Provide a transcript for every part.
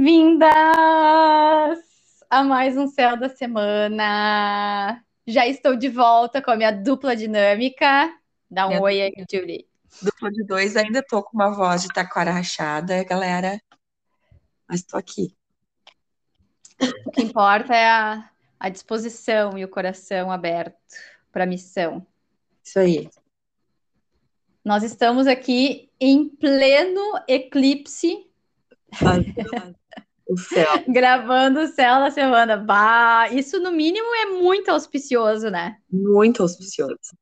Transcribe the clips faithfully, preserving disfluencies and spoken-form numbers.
bem-vindas a mais um Céu da Semana. Já estou de volta com a minha dupla dinâmica. Dá um Minha oi aí, Julie. dupla de dois ainda tô com uma voz de taquara rachada, galera, mas tô aqui. O que importa é a, a disposição e o coração aberto para a missão. Isso aí. Nós estamos aqui em pleno eclipse, Fazendo o céu. gravando o Céu da Semana. Bah, isso no mínimo é muito auspicioso, né? Muito auspicioso.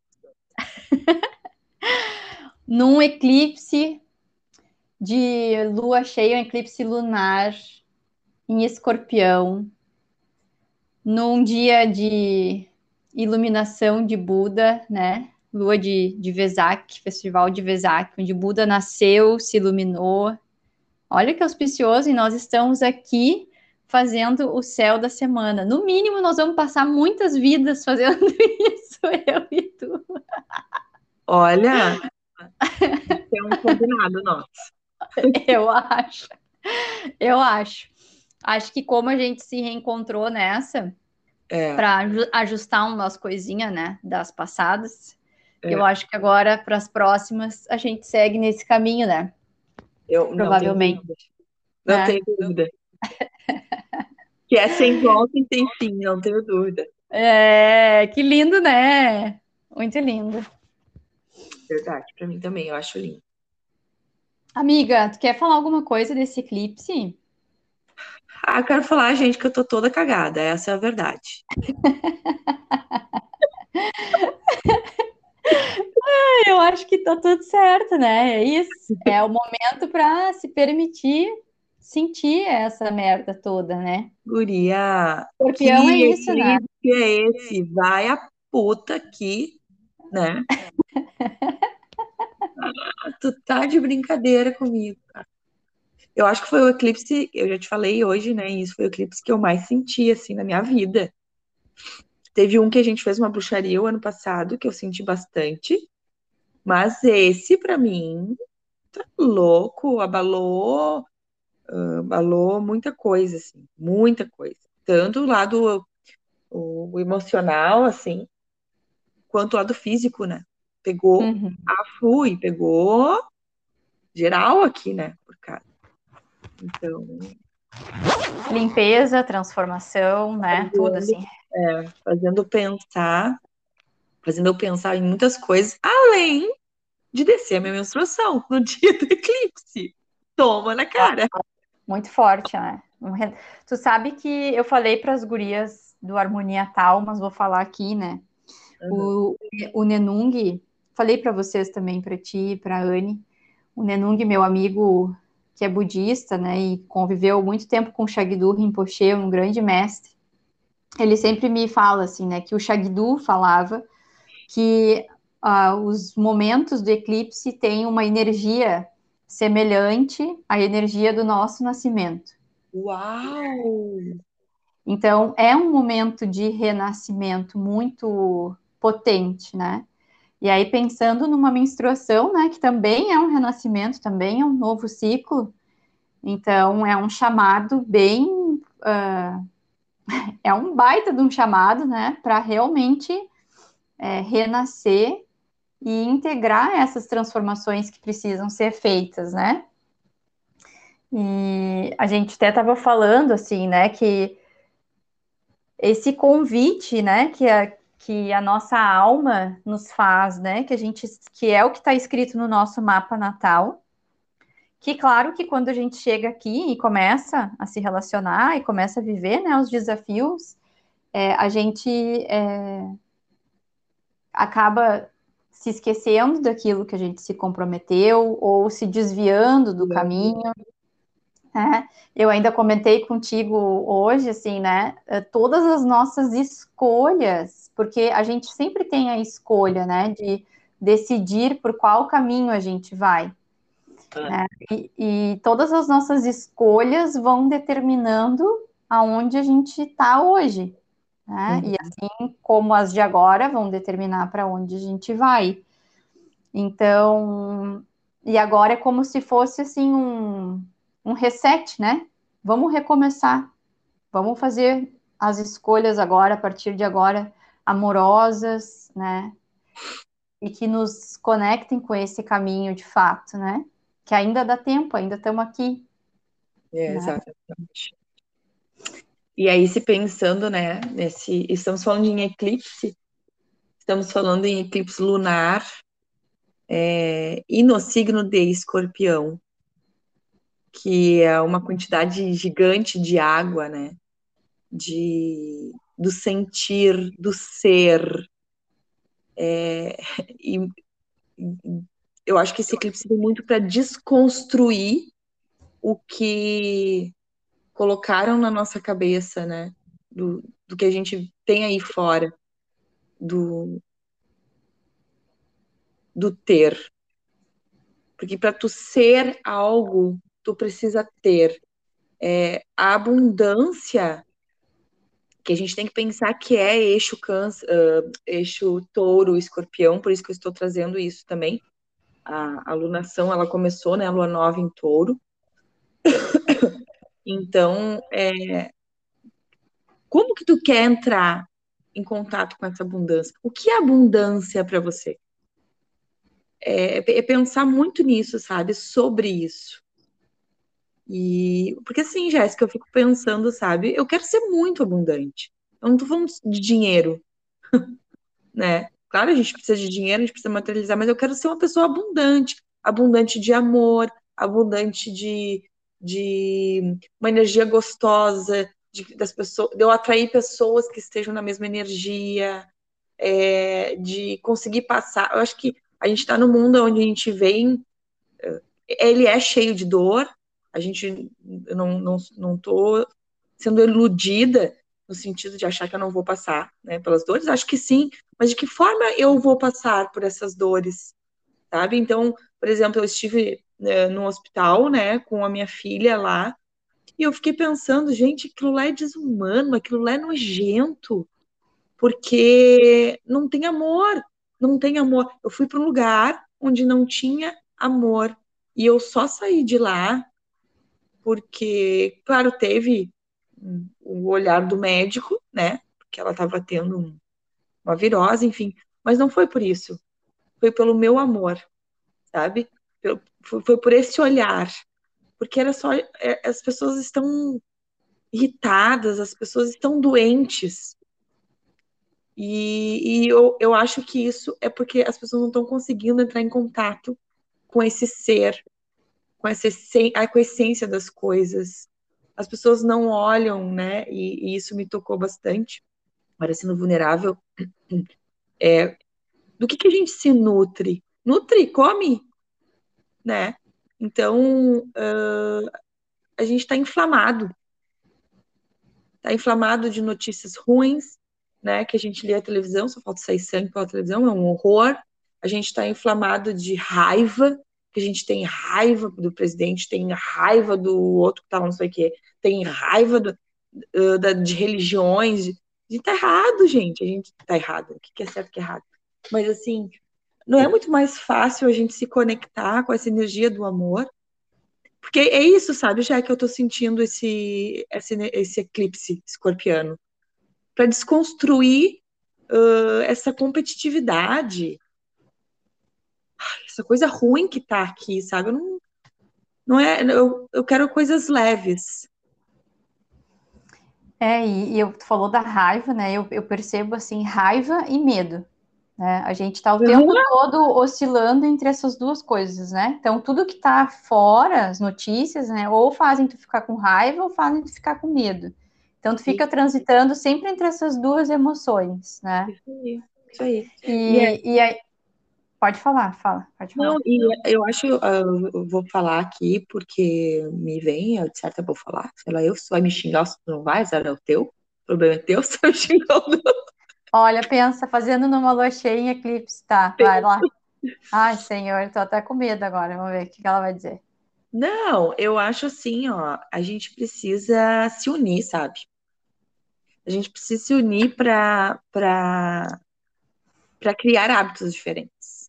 Num eclipse de lua cheia, um eclipse lunar em Escorpião, num dia de iluminação de Buda, né? Lua de, de Vesak, Festival de Vesak, onde Buda nasceu, se iluminou. Olha que auspicioso, e nós estamos aqui fazendo o céu da semana. No mínimo, nós vamos passar muitas vidas fazendo isso, eu e tu. Olha, tem um combinado nosso. Eu acho, eu acho. Acho que como a gente se reencontrou nessa, É, para ajustar umas coisinhas, né, das passadas. Eu é, acho que agora, para as próximas, a gente segue nesse caminho, né? eu não tenho Provavelmente, dúvida. Não né? tenho dúvida. Que é sem volta e sem fim, não tenho dúvida. É, que lindo, né? Muito lindo. Verdade, pra mim também, eu acho lindo. Amiga, tu quer falar alguma coisa desse eclipse? Ah, eu quero falar, gente, que eu tô toda cagada, essa é a verdade. Eu acho que tá tudo certo, né? É isso. É o momento para se permitir sentir essa merda toda, né? Guria, que Escorpião é isso, né? eclipse é esse? Vai a puta aqui, né? Ah, tu tá de brincadeira comigo. Eu acho que foi o eclipse, eu já te falei hoje, né? Isso foi o eclipse que eu mais senti, assim, na minha vida. Teve um que a gente fez uma bruxaria o ano passado, que eu senti bastante, mas esse, pra mim, tá louco, abalou, abalou muita coisa, assim, muita coisa. Tanto o lado o, o emocional, assim, quanto o lado físico, né? Pegou Uhum. a fui, pegou geral aqui, né? Por casa. Então, Limpeza, transformação, né? Tudo fazendo, assim. é, fazendo pensar, fazendo eu pensar em muitas coisas, além de descer a minha menstruação no dia do eclipse. Toma na cara. Muito forte, né? Um re- Tu sabe que eu falei para as gurias do Harmonia Tal, mas vou falar aqui, né? Uhum. O, o Nenung, falei para vocês também, para ti, para Anne, o Nenung, meu amigo que é budista, né? E conviveu muito tempo com o Shagdu Rinpoche, um grande mestre. Ele sempre me fala assim, né? Que o Shagdu falava que ah, os momentos do eclipse têm uma energia semelhante à energia do nosso nascimento. Uau! Então, é um momento de renascimento muito potente, né? E aí, pensando numa menstruação, né, que também é um renascimento, também é um novo ciclo, então é um chamado bem. Uh, é um baita de um chamado, né, para realmente é, renascer e integrar essas transformações que precisam ser feitas, né? E a gente até estava falando, assim, né, que esse convite, né, que a, que a nossa alma nos faz, né, que a gente, que é o que está escrito no nosso mapa natal, que claro que quando a gente chega aqui e começa a se relacionar e começa a viver, né, os desafios, é, a gente é, acaba se esquecendo daquilo que a gente se comprometeu ou se desviando do caminho, né? Eu ainda comentei contigo hoje, assim, né? Todas as nossas escolhas, porque a gente sempre tem a escolha, né? De decidir por qual caminho a gente vai, né? E, e todas as nossas escolhas vão determinando aonde a gente está hoje, né? E Uhum. assim como as de agora vão determinar para onde a gente vai. Então, e agora é como se fosse assim um, um reset, né? vamos recomeçar, vamos fazer as escolhas agora, a partir de agora, amorosas, né? E que nos conectem com esse caminho de fato, né? Que ainda dá tempo, ainda estamos aqui, É, né? exatamente. E aí, se pensando, né, nesse, estamos falando em eclipse, estamos falando em eclipse lunar, é, e no signo de Escorpião, que é uma quantidade gigante de água, né, de, do sentir, do ser, é, e, e eu acho que esse eclipse tem muito para desconstruir o que colocaram na nossa cabeça, né, do, do que a gente tem aí fora, do, do ter. Porque para tu ser algo, tu precisa ter. É, a abundância que a gente tem que pensar que é eixo câncer, uh, eixo touro, escorpião, por isso que eu estou trazendo isso também. A, a alunação, ela começou, né, a lua nova em touro. Então, é, como que tu quer entrar em contato com essa abundância? O que é abundância para você? É, é pensar muito nisso, sabe? Sobre isso. E porque assim, Jéssica, eu fico pensando, sabe? Eu quero ser muito abundante. Eu não tô falando de dinheiro, né? Claro, a gente precisa de dinheiro, a gente precisa materializar, mas eu quero ser uma pessoa abundante, abundante de amor, abundante de, de uma energia gostosa, de, das pessoas, de eu atrair pessoas que estejam na mesma energia, é, de conseguir passar. Eu acho que a gente está no mundo onde a gente vem, ele é cheio de dor, a gente, eu não, não, não tô sendo iludida no sentido de achar que eu não vou passar, né, pelas dores, acho que sim, mas de que forma eu vou passar por essas dores, sabe? Então, por exemplo, eu estive, né, no hospital, né, com a minha filha lá, e eu fiquei pensando, gente, aquilo lá é desumano, aquilo lá é nojento, porque não tem amor, não tem amor. Eu fui para um lugar onde não tinha amor, e eu só saí de lá porque, claro, teve um- o olhar do médico, né? Porque ela estava tendo um- uma virose, enfim. Mas não foi por isso. Foi pelo meu amor, sabe? Pelo- Foi, foi por esse olhar. Porque era só. é, As pessoas estão irritadas, as pessoas estão doentes. E, e eu, eu acho que isso é porque as pessoas não estão conseguindo entrar em contato com esse ser, com essa essen- a- com a essência das coisas. As pessoas não olham, né? E, e isso me tocou bastante, parecendo vulnerável. É, do que, que a gente se nutre? Nutre, come, né? Então, uh, a gente está inflamado. Está inflamado de notícias ruins, né? Que a gente lê a televisão, só falta sair sangue pela televisão, é um horror. A gente está inflamado de raiva, que a gente tem raiva do presidente, tem raiva do outro que tá não sei o quê, tem raiva do, uh, da, de religiões. A gente tá errado, gente. A gente tá errado. O que é certo e que é errado? Mas assim, não é muito mais fácil a gente se conectar com essa energia do amor? Porque é isso, sabe, já que eu tô sentindo esse, esse, esse eclipse escorpiano. Para desconstruir uh, essa competitividade, essa coisa ruim que tá aqui, sabe? Eu não, não é, eu, eu quero coisas leves. É, e, e eu tu falou da raiva, né? Eu, eu percebo assim, raiva e medo. Né? A gente está o tempo Uhum. todo oscilando entre essas duas coisas, né? Então, tudo que está fora, as notícias, né? Ou fazem tu ficar com raiva ou fazem tu ficar com medo. Então, tu fica Isso, transitando sempre entre essas duas emoções, né? isso aí, isso aí. E é, E, e aí, pode falar, fala, pode não, falar. e eu acho, uh, eu vou falar aqui porque me vem, eu de certa eu vou falar, sei lá, eu, se vai me xingar, se tu não vai, zero é o teu, o problema é teu, se vai me xingar ou não. Olha, pensa, fazendo numa lua cheia em eclipse, tá? Vai lá. Ai, senhor, tô até com medo agora. Vamos ver o que ela vai dizer. Não, eu acho assim, ó, a gente precisa se unir, sabe? A gente precisa se unir para para para criar hábitos diferentes.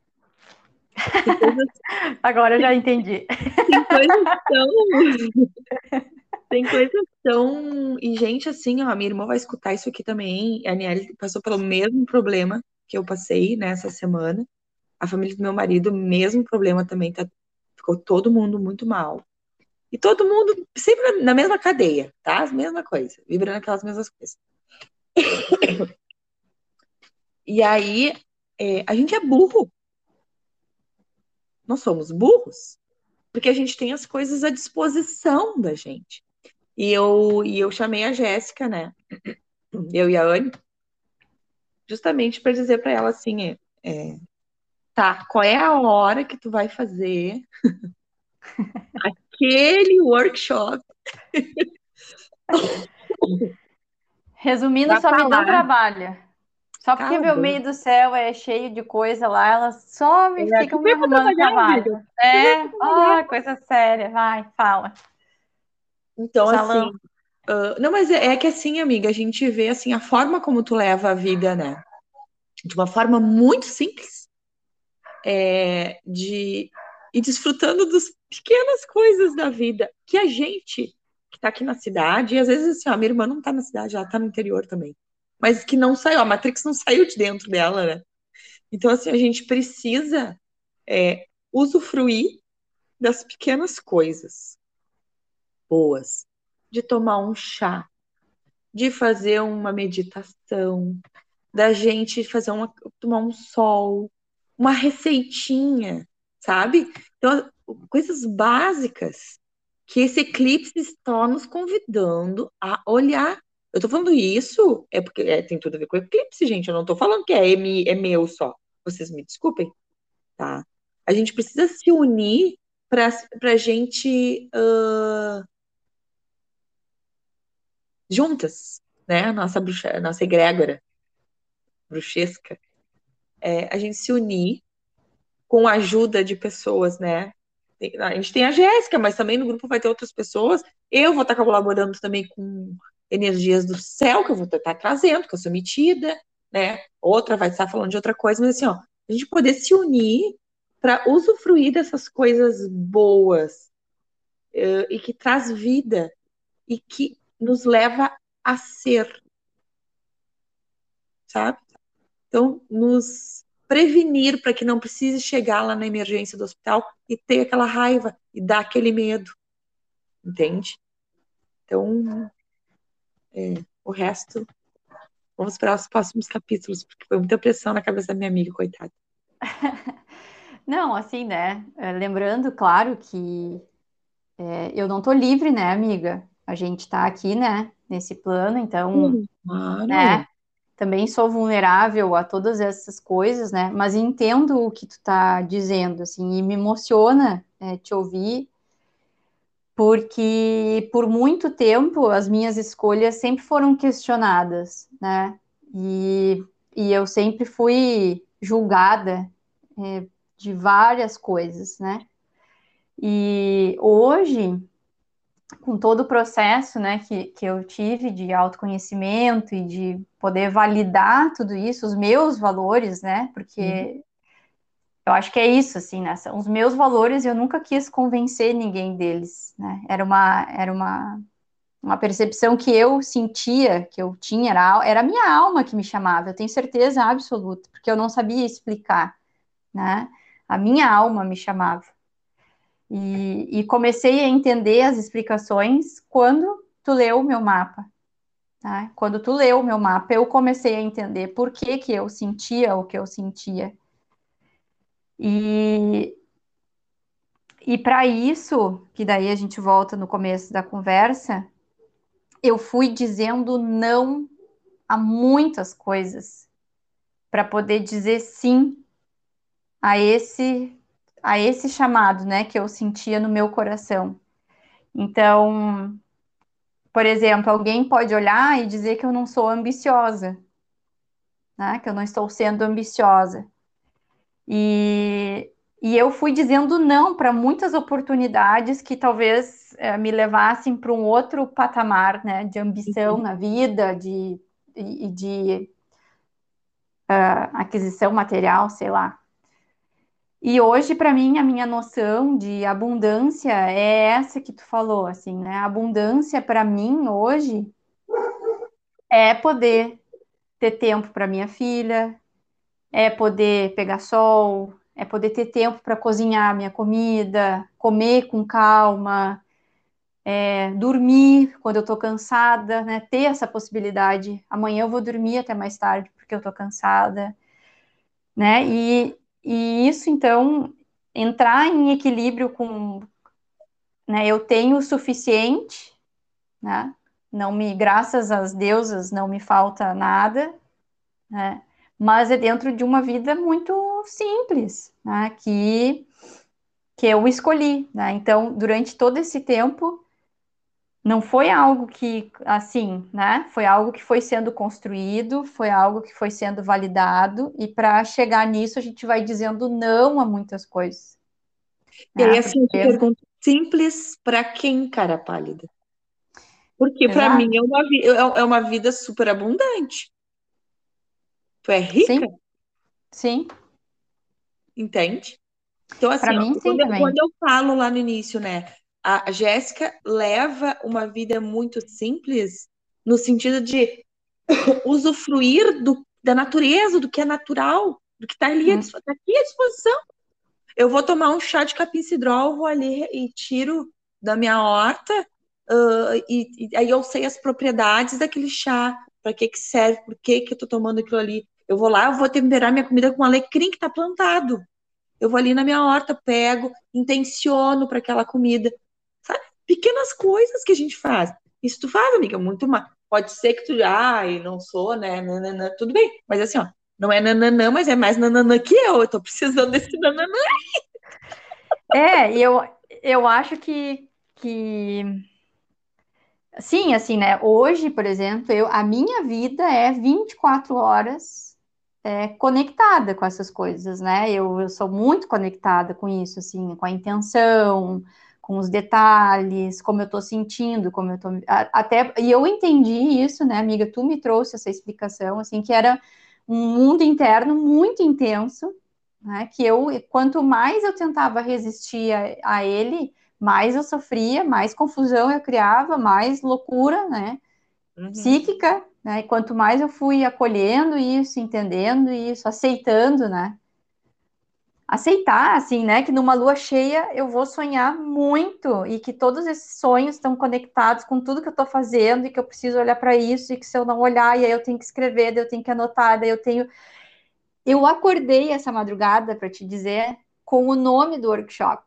Tem coisas, Agora eu já entendi. tem coisas tão, Tem coisas tão. E, gente, assim, ó, a minha irmã vai escutar isso aqui também. A Aniele passou pelo mesmo problema que eu passei nessa semana. A família do meu marido, mesmo problema também, tá... ficou todo mundo muito mal. E todo mundo sempre na mesma cadeia, tá? A mesma coisa, vibrando aquelas mesmas coisas. E aí, é, a gente é burro. Nós somos burros, porque a gente tem as coisas à disposição da gente. E eu, e eu chamei a Jéssica, né? Eu e a Anne, justamente para dizer para ela assim: é, é, tá, qual é a hora que tu vai fazer aquele workshop Resumindo, para só me dão falar? trabalho. Só porque Cala a meu boca. meio do céu é cheio de coisa lá, elas só me É, ficam tu me veio para arrumando trabalhar, trabalho. amiga? Tu veio É, para trabalhar. ah, coisa séria, vai, fala. Então, assim, Salão. uh, não, mas é, é que assim, amiga, a gente vê assim a forma como tu leva a vida, né? De uma forma muito simples, é, de ir desfrutando das pequenas coisas da vida que a gente que tá aqui na cidade, e às vezes assim, ó, a minha irmã não tá na cidade, ela tá no interior também, mas que não saiu, a Matrix não saiu de dentro dela, né? Então, assim, a gente precisa é, usufruir das pequenas coisas boas, de tomar um chá, de fazer uma meditação, da gente fazer uma, tomar um sol, uma receitinha, sabe? Então, coisas básicas que esse eclipse está nos convidando a olhar. Eu tô falando isso, é porque é, tem tudo a ver com o eclipse, gente. Eu não tô falando que é, é, é meu só. Vocês me desculpem, tá? A gente precisa se unir para a gente uh, juntas, né? A nossa bruxa, a nossa egrégora bruxesca, é, a gente se unir com a ajuda de pessoas, né? A gente tem a Jéssica, mas também no grupo vai ter outras pessoas. Eu vou estar colaborando também com energias do céu, que eu vou estar trazendo, que eu sou metida, né? Outra vai estar falando de outra coisa, mas assim, ó, a gente poder se unir para usufruir dessas coisas boas uh, e que traz vida e que nos leva a ser, sabe? Então, nos prevenir para que não precise chegar lá na emergência do hospital e ter aquela raiva e dar aquele medo, entende? Então, é, o resto, vamos para os próximos capítulos, porque foi muita pressão na cabeça da minha amiga, coitada. Não, assim, né? é, Lembrando, claro, que é, eu não tô livre, né, amiga? A gente tá aqui, né, nesse plano, então, Claro. né? Também sou vulnerável a todas essas coisas, né? Mas entendo o que tu tá dizendo, assim, e me emociona, é, te ouvir, porque por muito tempo as minhas escolhas sempre foram questionadas, né? E, e eu sempre fui julgada, é, de várias coisas, né? E hoje, com todo o processo, né, que, que eu tive de autoconhecimento e de poder validar tudo isso, os meus valores, né? Sim. Porque eu acho que é isso, assim, né? São os meus valores, eu nunca quis convencer ninguém deles, né? Era uma, era uma, uma percepção que eu sentia, que eu tinha, era, era a minha alma que me chamava, eu tenho certeza absoluta, porque eu não sabia explicar, né? A minha alma me chamava. E, e comecei a entender as explicações quando tu leu o meu mapa, tá? Quando tu leu o meu mapa, eu comecei a entender por que que eu sentia o que eu sentia. E, e para isso, que daí a gente volta no começo da conversa, eu fui dizendo não a muitas coisas para poder dizer sim a esse a esse chamado, né, que eu sentia no meu coração. Então, por exemplo, alguém pode olhar e dizer que eu não sou ambiciosa, né? Que eu não estou sendo ambiciosa. E, e eu fui dizendo não para muitas oportunidades que talvez é, me levassem para um outro patamar, né? De ambição Uhum. na vida, de, e de uh, aquisição material, sei lá. E hoje, para mim, a minha noção de abundância é essa que tu falou, assim, né? A abundância para mim hoje é poder ter tempo para minha filha, é poder pegar sol, é poder ter tempo para cozinhar minha comida, comer com calma, é dormir quando eu tô cansada, né? Ter essa possibilidade. Amanhã eu vou dormir até mais tarde porque eu tô cansada, né? E, e isso, então, entrar em equilíbrio com, né? Eu tenho o suficiente, né? Não me, graças às deusas, não me falta nada, né? Mas é dentro de uma vida muito simples, né? Que, que eu escolhi, né? Então, durante todo esse tempo, não foi algo que, assim, né? Foi algo que foi sendo construído, foi algo que foi sendo validado, e para chegar nisso, a gente vai dizendo não a muitas coisas, E né? aí, assim, eu te Porque, pergunto, simples para quem, cara pálida? Porque para mim exato, é uma, vi- é é uma vida super abundante. Tu é rica, sim, sim, entende? Então, para assim, ó, mim, sim, quando eu, também. quando eu falo lá no início, né? A Jéssica leva uma vida muito simples, no sentido de usufruir do, da natureza, do que é natural, do que está ali à Hum, dis- tá aqui à disposição. Eu vou tomar um chá de capim-cidrol, vou ali e tiro da minha horta, ah, e, e aí eu sei as propriedades daquele chá, para que que serve, por que que eu tô tomando aquilo ali. Eu vou lá, eu vou temperar minha comida com alecrim que está plantado. Eu vou ali na minha horta, pego, intenciono para aquela comida. Sabe? Pequenas coisas que a gente faz. Isso tu faz, amiga, muito mais. Pode ser que tu, ai, não sou, né? Nananã, tudo bem. Mas assim, ó, não é nananã, mas é mais nananã que eu. Eu tô precisando desse nananã. É, e eu, eu acho que, que, sim, assim, né? Hoje, por exemplo, eu, a minha vida é vinte e quatro horas é, conectada com essas coisas, né? Eu, eu sou muito conectada com isso, assim, com a intenção, com os detalhes, como eu tô sentindo, como eu tô. a- Até, e eu entendi isso, né, amiga? Tu me trouxe essa explicação, assim, que era um mundo interno muito intenso, né? Que eu, quanto mais eu tentava resistir a, a ele, mais eu sofria, mais confusão eu criava, mais loucura, né? Uhum. Psíquica, né? E quanto mais eu fui acolhendo isso, entendendo isso, aceitando, né? Aceitar, assim, né? Que numa lua cheia eu vou sonhar muito e que todos esses sonhos estão conectados com tudo que eu tô fazendo e que eu preciso olhar para isso e que se eu não olhar, e aí eu tenho que escrever, daí eu tenho que anotar, daí eu tenho. Eu acordei essa madrugada para te dizer com o nome do workshop.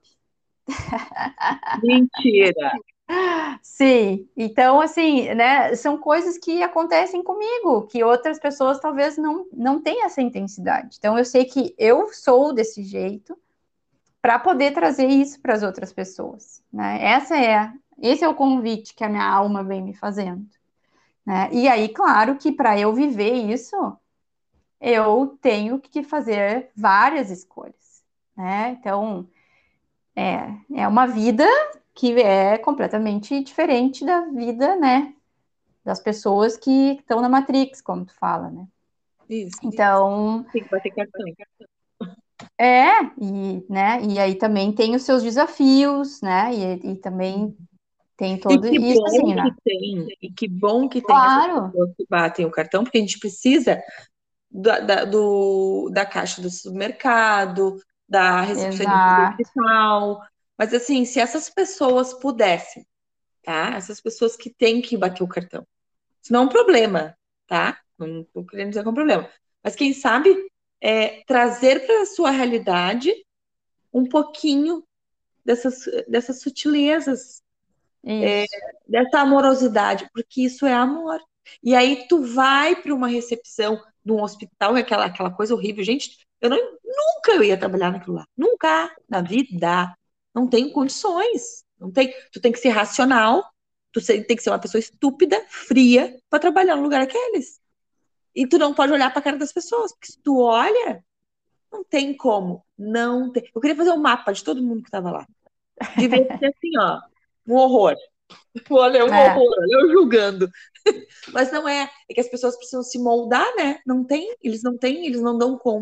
Mentira. Sim, então assim, né, são coisas que acontecem comigo, que outras pessoas talvez não, não tenham essa intensidade. Então eu sei que eu sou desse jeito para poder trazer isso para as outras pessoas, né? Essa é, esse é o convite que a minha alma vem me fazendo, né? E aí, claro que para eu viver isso, eu tenho que fazer várias escolhas, né? Então, é, é uma vida que é completamente diferente da vida, né, das pessoas que estão na Matrix, como tu fala, né? Isso. Então, Tem que bater cartão. é, e, né, e aí também tem os seus desafios, né? E, e também tem E todo que isso, bom assim, que né? tem, e que bom que tem essas Claro, pessoas que batem o cartão, porque a gente precisa da, da, do, da caixa do supermercado, da recepcionista do exato. hospital. Mas assim, se essas pessoas pudessem, tá? Essas pessoas que têm que bater o cartão. Isso não é um problema, tá? Não estou querendo dizer que é um problema. Mas quem sabe é, trazer para a sua realidade um pouquinho dessas, dessas sutilezas, Isso, dessa amorosidade, porque isso é amor. E aí tu vai para uma recepção de um hospital, é aquela, aquela coisa horrível. Gente, eu não, nunca eu ia trabalhar naquilo lá. Nunca, na vida. Não tenho condições. Não tem, tu tem que ser racional, tu tem que ser uma pessoa estúpida, fria, para trabalhar no lugar aqueles. E tu não pode olhar para a cara das pessoas, porque se tu olha, não tem como. Não tem. Eu queria fazer um mapa de todo mundo que estava lá. Devia ser assim, ó, um horror. Olha, é um é, horror, olha eu julgando. Mas não é, é que as pessoas precisam se moldar, né? Não tem, eles não têm, eles não dão conta.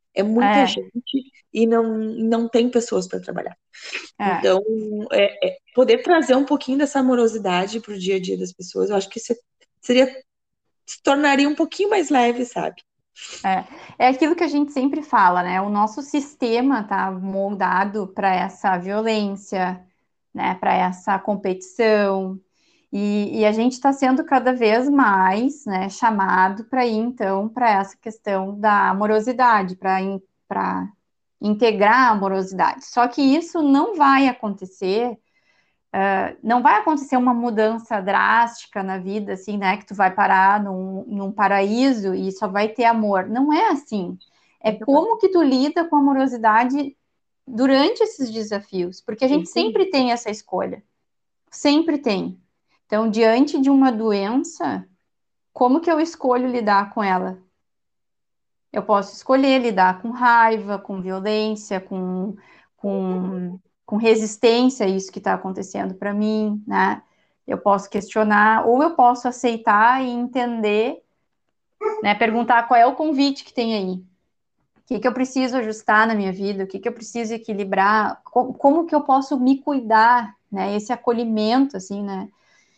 É muita É, gente e não, não tem pessoas para trabalhar. é. Então, é, é, poder trazer um pouquinho dessa amorosidade para o dia a dia das pessoas, eu acho que isso seria, se tornaria um pouquinho mais leve, sabe? É, é aquilo que a gente sempre fala, né? O nosso sistema tá moldado para essa violência, né? Para essa competição. E, e a gente está sendo cada vez mais, né, chamado para ir, então, para essa questão da amorosidade, para in, para integrar a amorosidade. Só que isso não vai acontecer, não vai acontecer uma mudança drástica na vida, assim, né? Que tu vai parar num, num paraíso e só vai ter amor. Não é assim. É como que tu lida com a amorosidade durante esses desafios, porque a gente sempre tem essa escolha, sempre tem. Então, diante de uma doença, como que eu escolho lidar com ela? Eu posso escolher lidar com raiva, com violência, com, com, com resistência a isso que está acontecendo para mim, né? Eu posso questionar, ou eu posso aceitar e entender, né? Perguntar qual é o convite que tem aí. O que, que eu preciso ajustar na minha vida? O que, que eu preciso equilibrar? Como, como que eu posso me cuidar, né? Esse acolhimento, assim, né?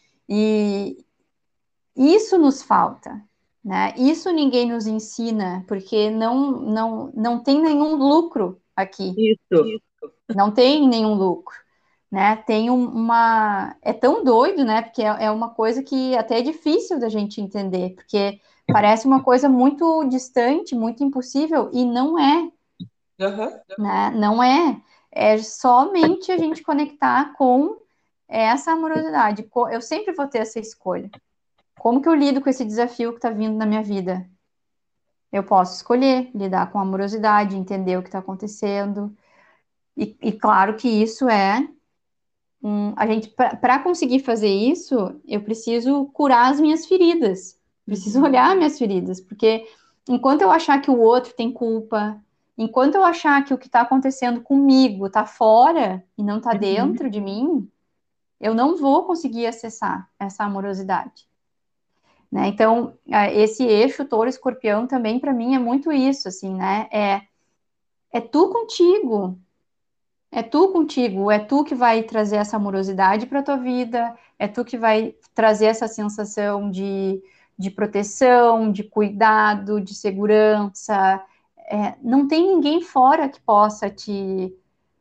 E isso nos falta, né? Isso ninguém nos ensina, porque não, não, não tem nenhum lucro aqui. Isso. Não tem nenhum lucro, né? Tem um- uma... É tão doido, né? Porque é, é uma coisa que até é difícil da gente entender, porque parece uma coisa muito distante, muito impossível, e não é, Uhum. né? Não é. É somente a gente conectar com essa amorosidade. Eu sempre vou ter essa escolha. Como que eu lido com esse desafio que está vindo na minha vida? Eu posso escolher lidar com amorosidade, entender o que está acontecendo. E, e claro que isso é um, a gente, para conseguir fazer isso, eu preciso curar as minhas feridas, preciso Uhum. olhar minhas feridas, porque enquanto eu achar que o outro tem culpa, enquanto eu achar que o que está acontecendo comigo está fora e não está Uhum. dentro de mim, eu não vou conseguir acessar essa amorosidade. Né? Então, esse eixo touro-escorpião também para mim é muito isso, assim, né? É, é tu contigo, é tu contigo, é tu que vai trazer essa amorosidade para tua vida, é tu que vai trazer essa sensação de, de proteção, de cuidado, de segurança. É, não tem ninguém fora que possa te,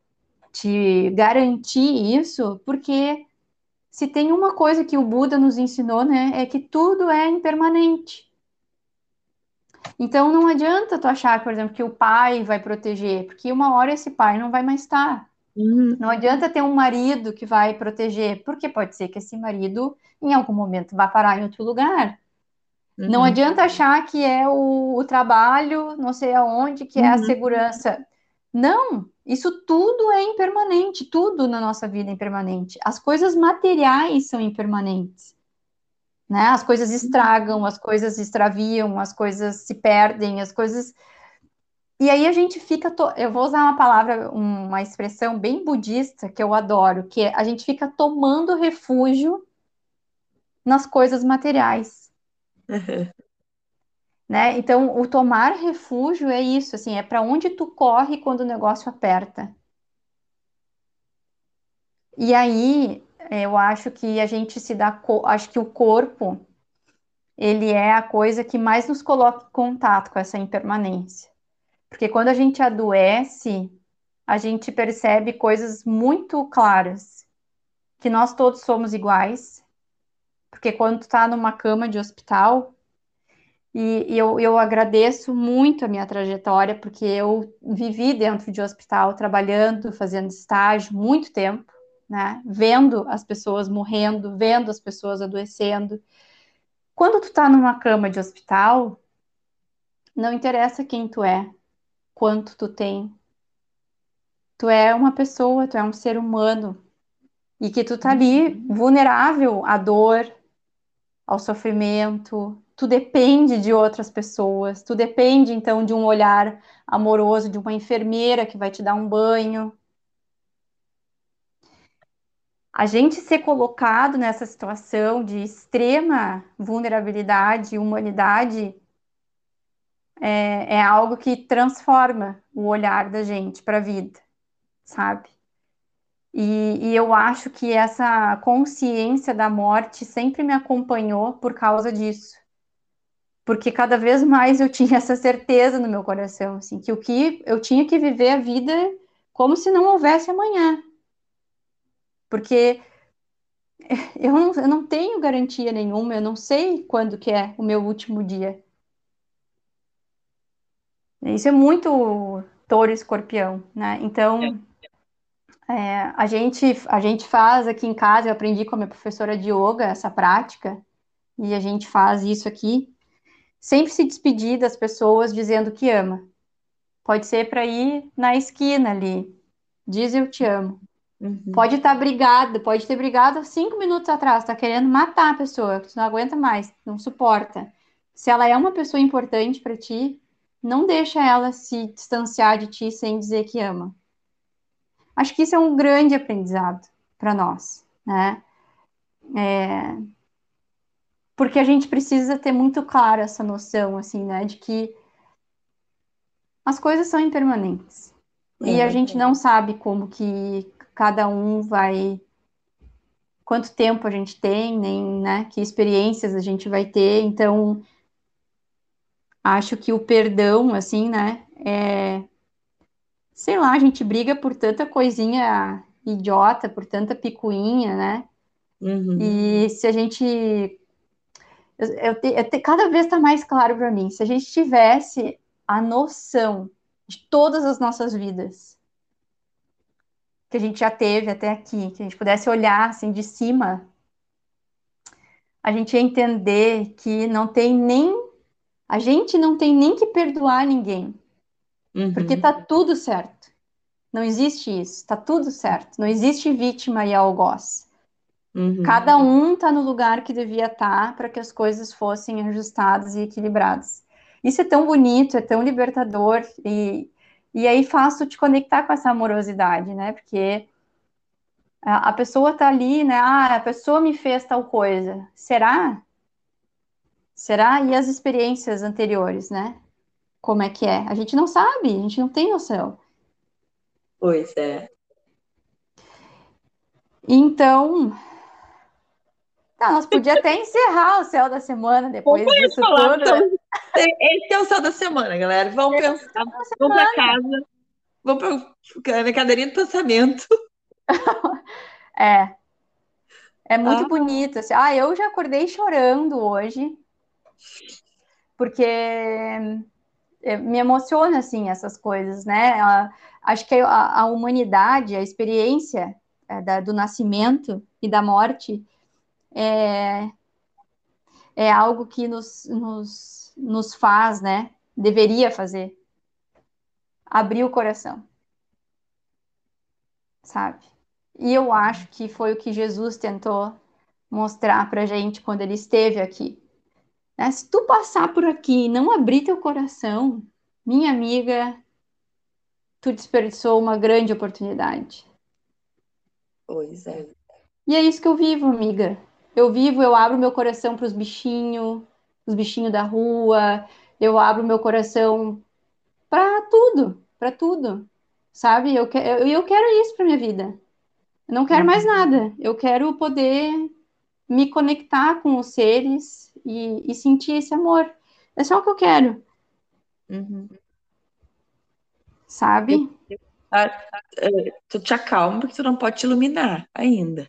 te garantir isso, porque se tem uma coisa que o Buda nos ensinou, né, é que tudo é impermanente. Então não adianta tu achar, por exemplo, que o pai vai proteger, porque uma hora esse pai não vai mais estar. Uhum. Não adianta ter um marido que vai proteger, porque pode ser que esse marido em algum momento vá parar em outro lugar. Não Uhum. adianta achar que é o, o trabalho, não sei aonde, que é a Uhum. segurança. Não, isso tudo é impermanente, tudo na nossa vida é impermanente. As coisas materiais são impermanentes. Né? As coisas estragam, as coisas extraviam, as coisas se perdem, as coisas. E aí a gente fica. To... Eu vou usar uma palavra, uma expressão bem budista que eu adoro, que é a gente fica tomando refúgio nas coisas materiais. Uhum. Né? Então, o tomar refúgio é isso, assim, é para onde tu corre quando o negócio aperta. E aí, eu acho que a gente se dá, co... acho que o corpo, ele é a coisa que mais nos coloca em contato com essa impermanência. Porque quando a gente adoece, a gente percebe coisas muito claras, que nós todos somos iguais, porque quando tu tá numa cama de hospital, e, e eu, eu agradeço muito a minha trajetória, porque eu vivi dentro de hospital, trabalhando, fazendo estágio, muito tempo, né? Vendo as pessoas morrendo, vendo as pessoas adoecendo. Quando tu tá numa cama de hospital, não interessa quem tu é, quanto tu tem, tu é uma pessoa, tu é um ser humano, e que tu tá ali vulnerável à dor, ao sofrimento, tu depende de outras pessoas, tu depende então de um olhar amoroso de uma enfermeira que vai te dar um banho. A gente ser colocado nessa situação de extrema vulnerabilidade e humanidade é, é algo que transforma o olhar da gente para a vida, sabe? E, e eu acho que essa consciência da morte sempre me acompanhou por causa disso. Porque cada vez mais eu tinha essa certeza no meu coração, assim, que o que eu tinha que viver a vida como se não houvesse amanhã. Porque eu não, eu não tenho garantia nenhuma, eu não sei quando que é o meu último dia. Isso é muito touro e escorpião, né? Então, é, a gente, a gente faz aqui em casa, eu aprendi com a minha professora de yoga essa prática, e a gente faz isso aqui, sempre se despedir das pessoas dizendo que ama. Pode ser para ir na esquina ali, diz eu te amo. Uhum. Pode estar brigado, pode ter brigado cinco minutos atrás, tá querendo matar a pessoa, que tu não aguenta mais, não suporta. Se ela é uma pessoa importante para ti, não deixa ela se distanciar de ti sem dizer que ama. Acho que isso é um grande aprendizado para nós, né? Porque a gente precisa ter muito clara essa noção, assim, né, de que as coisas são impermanentes. É E a gente verdade. não sabe como que cada um vai, quanto tempo a gente tem, nem, né, que experiências a gente vai ter. Então, acho que o perdão, assim, né, é, sei lá, a gente briga por tanta coisinha idiota, por tanta picuinha, né? Uhum. E se a gente, eu, eu te- eu te- cada vez está mais claro para mim, se a gente tivesse a noção de todas as nossas vidas que a gente já teve até aqui, que a gente pudesse olhar assim de cima, a gente ia entender que não tem nem, a gente não tem nem que perdoar ninguém, porque Uhum. tá tudo certo. Não existe isso, tá tudo certo. Não existe vítima e algoz. Uhum. Cada um tá no lugar que devia estar para que as coisas fossem ajustadas e equilibradas. Isso é tão bonito, é tão libertador e, e aí faz tu te conectar com essa amorosidade, né? Porque a, a pessoa tá ali, né? Ah, a pessoa me fez tal coisa. Será? Será? E as experiências anteriores, né? Como é que é? A gente não sabe, a gente não tem noção. Pois é. Então, tá, nós podíamos até encerrar o céu da semana Como depois eu ia disso falar, tudo, então, né? esse é o céu da semana, galera. Vão pensar, vão para casa, vão para a cadeirinha do pensamento. É, é muito Ah, bonito. Assim. Ah, eu já acordei chorando hoje, porque é, me emociona, assim, essas coisas, né? A- acho que a, a humanidade, a experiência é, da- do nascimento e da morte é algo que nos, nos, nos faz, né? Deveria fazer, abrir o coração, sabe? E eu acho que foi o que Jesus tentou mostrar pra gente quando ele esteve aqui. Né? Se tu passar por aqui e não abrir teu coração, minha amiga, tu desperdiçou uma grande oportunidade. pois é. E é isso que eu vivo, amiga. Eu vivo, eu abro meu coração para os bichinhos, os bichinhos da rua, eu abro meu coração para tudo, para tudo, sabe? Eu, que, eu, eu quero isso para minha vida. Eu não quero mais Uhum. nada. Eu quero poder me conectar com os seres e, e sentir esse amor. É só o que eu quero, Uhum. Eu, sabe? ah, eh, tu te acalma porque tu não pode te iluminar ainda.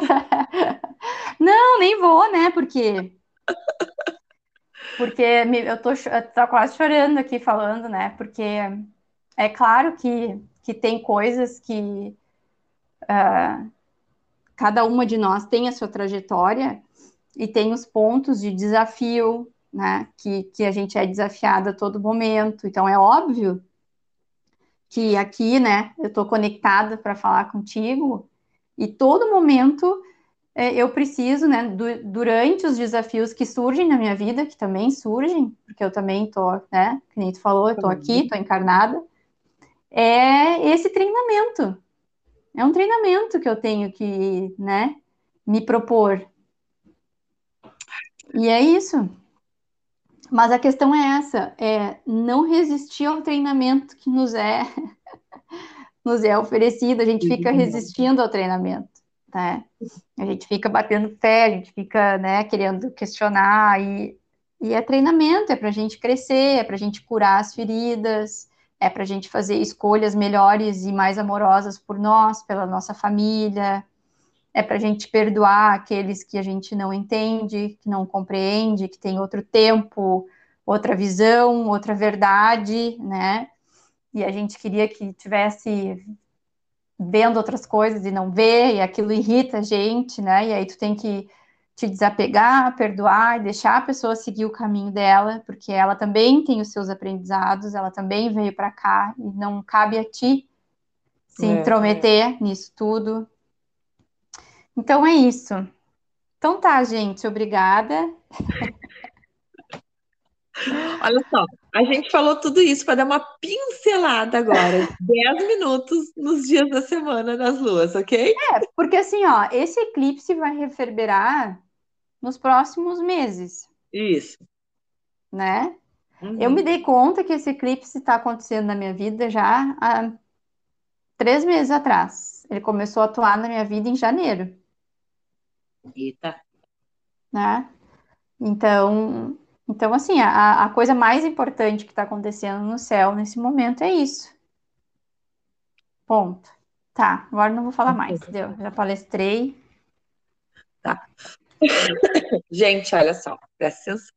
Não, nem vou, né? Porque porque me- eu tô, cho- eu tô quase chorando aqui falando, né? Porque é claro que, que tem coisas que cada uma de nós tem a sua trajetória e tem os pontos de desafio, né? Que, que a gente é desafiada a todo momento. Então é óbvio que aqui, né? Eu tô conectada para falar contigo e todo momento é, eu preciso, né, du- durante os desafios que surgem na minha vida, que também surgem, porque eu também tô, né, que nem tu falou, eu tô aqui, tô encarnada, é esse treinamento. É um treinamento que eu tenho que, né, me propor. E é isso. Mas a questão é essa, é não resistir ao treinamento que nos é, nos é oferecido, a gente fica resistindo ao treinamento, né? A gente fica batendo pé, a gente fica, né, querendo questionar, e, e é treinamento, é para a gente crescer, é para a gente curar as feridas, é para a gente fazer escolhas melhores e mais amorosas por nós, pela nossa família, é para a gente perdoar aqueles que a gente não entende, que não compreende, que tem outro tempo, outra visão, outra verdade, né? E a gente queria que tivesse vendo outras coisas e não vê, e aquilo irrita a gente, né? E aí tu tem que te desapegar, perdoar e deixar a pessoa seguir o caminho dela, porque ela também tem os seus aprendizados, ela também veio para cá e não cabe a ti se É. intrometer nisso tudo. Então é isso. Então tá, gente, obrigada. Olha só, a gente falou tudo isso para dar uma pincelada agora, dez minutos nos dias da semana das luas, ok? É, porque assim, ó, esse eclipse vai reverberar nos próximos meses, Isso. né? Eu me Uhum. dei conta que esse eclipse está acontecendo na minha vida já há três meses atrás. Ele começou a atuar na minha vida em janeiro, Eita. né? Então, então assim, a, a coisa mais importante que está acontecendo no céu nesse momento é isso. Ponto. Tá, agora não vou falar mais. Deu, já palestrei. Tá. Gente, olha só, presta atenção.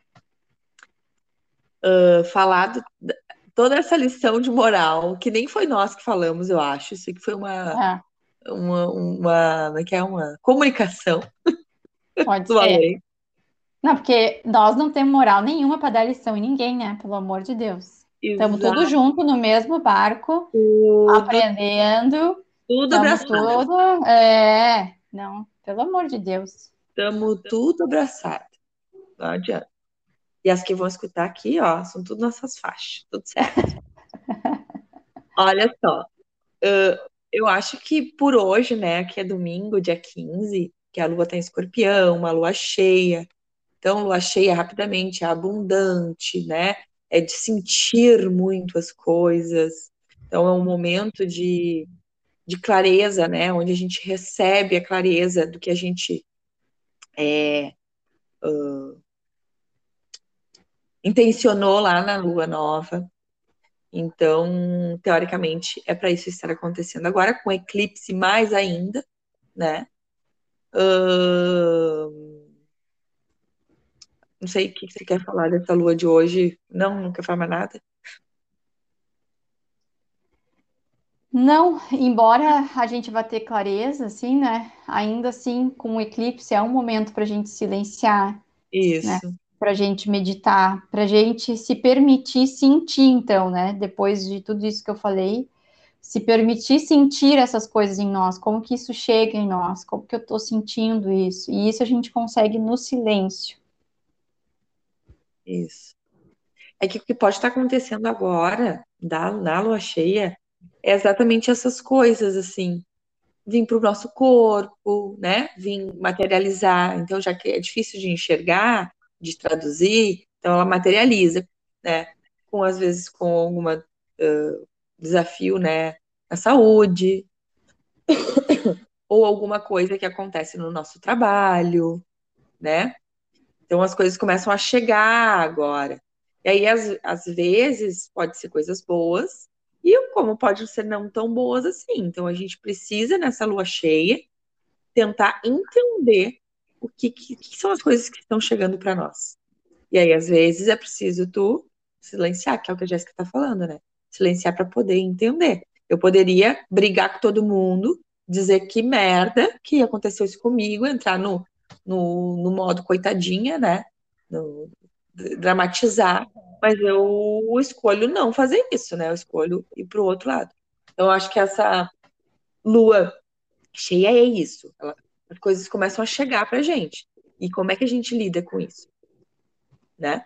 Uh, falado toda essa lição de moral, que nem foi nós que falamos, eu acho. Isso aqui foi uma, É, uma, uma, como é que é? Uma comunicação pode do ser. além. Não, porque nós não temos moral nenhuma para dar lição em ninguém, né? Pelo amor de Deus. Estamos tudo Exato. junto no mesmo barco, Tudo, aprendendo. tudo Estamos abraçado. tudo. É, não, pelo amor de Deus. Estamos tudo abraçado. Não adianta. E as que vão escutar aqui, ó, são tudo nossas faixas, tudo certo. Olha só, eu acho que por hoje, né, que é domingo, dia quinze, que a lua tá em escorpião, uma lua cheia. Então, lua cheia rapidamente é abundante, né? É de sentir muito as coisas. Então, é um momento de, de clareza, né? Onde a gente recebe a clareza do que a gente é, intencionou lá na lua nova. Então, teoricamente, é para isso estar acontecendo agora, com eclipse mais ainda, né? Ahn, não sei o que você quer falar dessa lua de hoje. Não, não quer falar mais nada? Não, embora a gente vá ter clareza, assim, né? Ainda assim, com o eclipse é um momento para a gente silenciar, né? Isso, Para a gente meditar, para a gente se permitir sentir, então, né? Depois de tudo isso que eu falei, se permitir sentir essas coisas em nós, como que isso chega em nós, como que eu estou sentindo isso. E isso a gente consegue no silêncio. isso. É que o que pode estar acontecendo agora, da, na lua cheia, é exatamente essas coisas, assim, vir para o nosso corpo, né? Vir materializar. Então, já que é difícil de enxergar, de traduzir, então ela materializa, né? Com, às vezes, com alguma uh, desafio, né? Na saúde, ou alguma coisa que acontece no nosso trabalho, né? Então as coisas começam a chegar agora. E aí, às, às vezes, pode ser coisas boas, e como pode ser não tão boas assim. Então a gente precisa, nessa lua cheia, tentar entender o que, que, que são as coisas que estão chegando para nós. E aí, às vezes, é preciso tu silenciar, que é o que a Jéssica está falando, né? Silenciar para poder entender. Eu poderia brigar com todo mundo, dizer que merda que aconteceu isso comigo, entrar no, no, no modo coitadinha, né? No, dramatizar, mas eu escolho não fazer isso, né? Eu escolho ir para o outro lado. Então, eu acho que essa lua cheia é isso. Ela, as coisas começam a chegar pra gente. E como é que a gente lida com isso, né?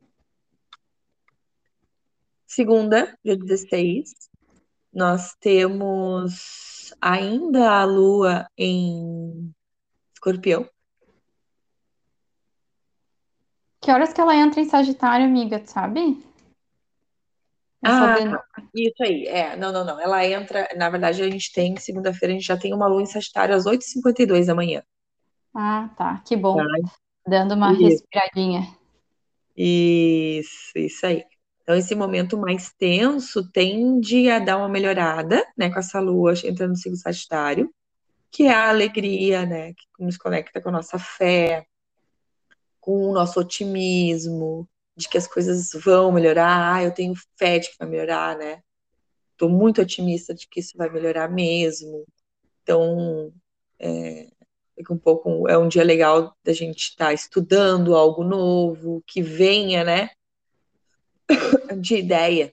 Segunda, dia dezesseis, nós temos ainda a lua em Escorpião. Que horas que ela entra em Sagitário, amiga, tu sabe? Essa Ah, Dan... isso aí. É, não, não, não. Ela entra. Na verdade, a gente tem, segunda-feira, a gente já tem uma lua em Sagitário às oito e cinquenta e dois da manhã. Ah, tá, que Tá? bom. Dando uma Isso, respiradinha. isso, isso aí. Então, esse momento mais tenso tende a dar uma melhorada, né, com essa lua entrando no signo Sagitário, que é a alegria, né, que nos conecta com a nossa fé, com o nosso otimismo, de que as coisas vão melhorar. Ah, eu tenho fé de que vai melhorar, né? Tô muito otimista de que isso vai melhorar mesmo. Então, é, fica um pouco, é um dia legal da gente estar estudando algo novo, que venha, né, de ideia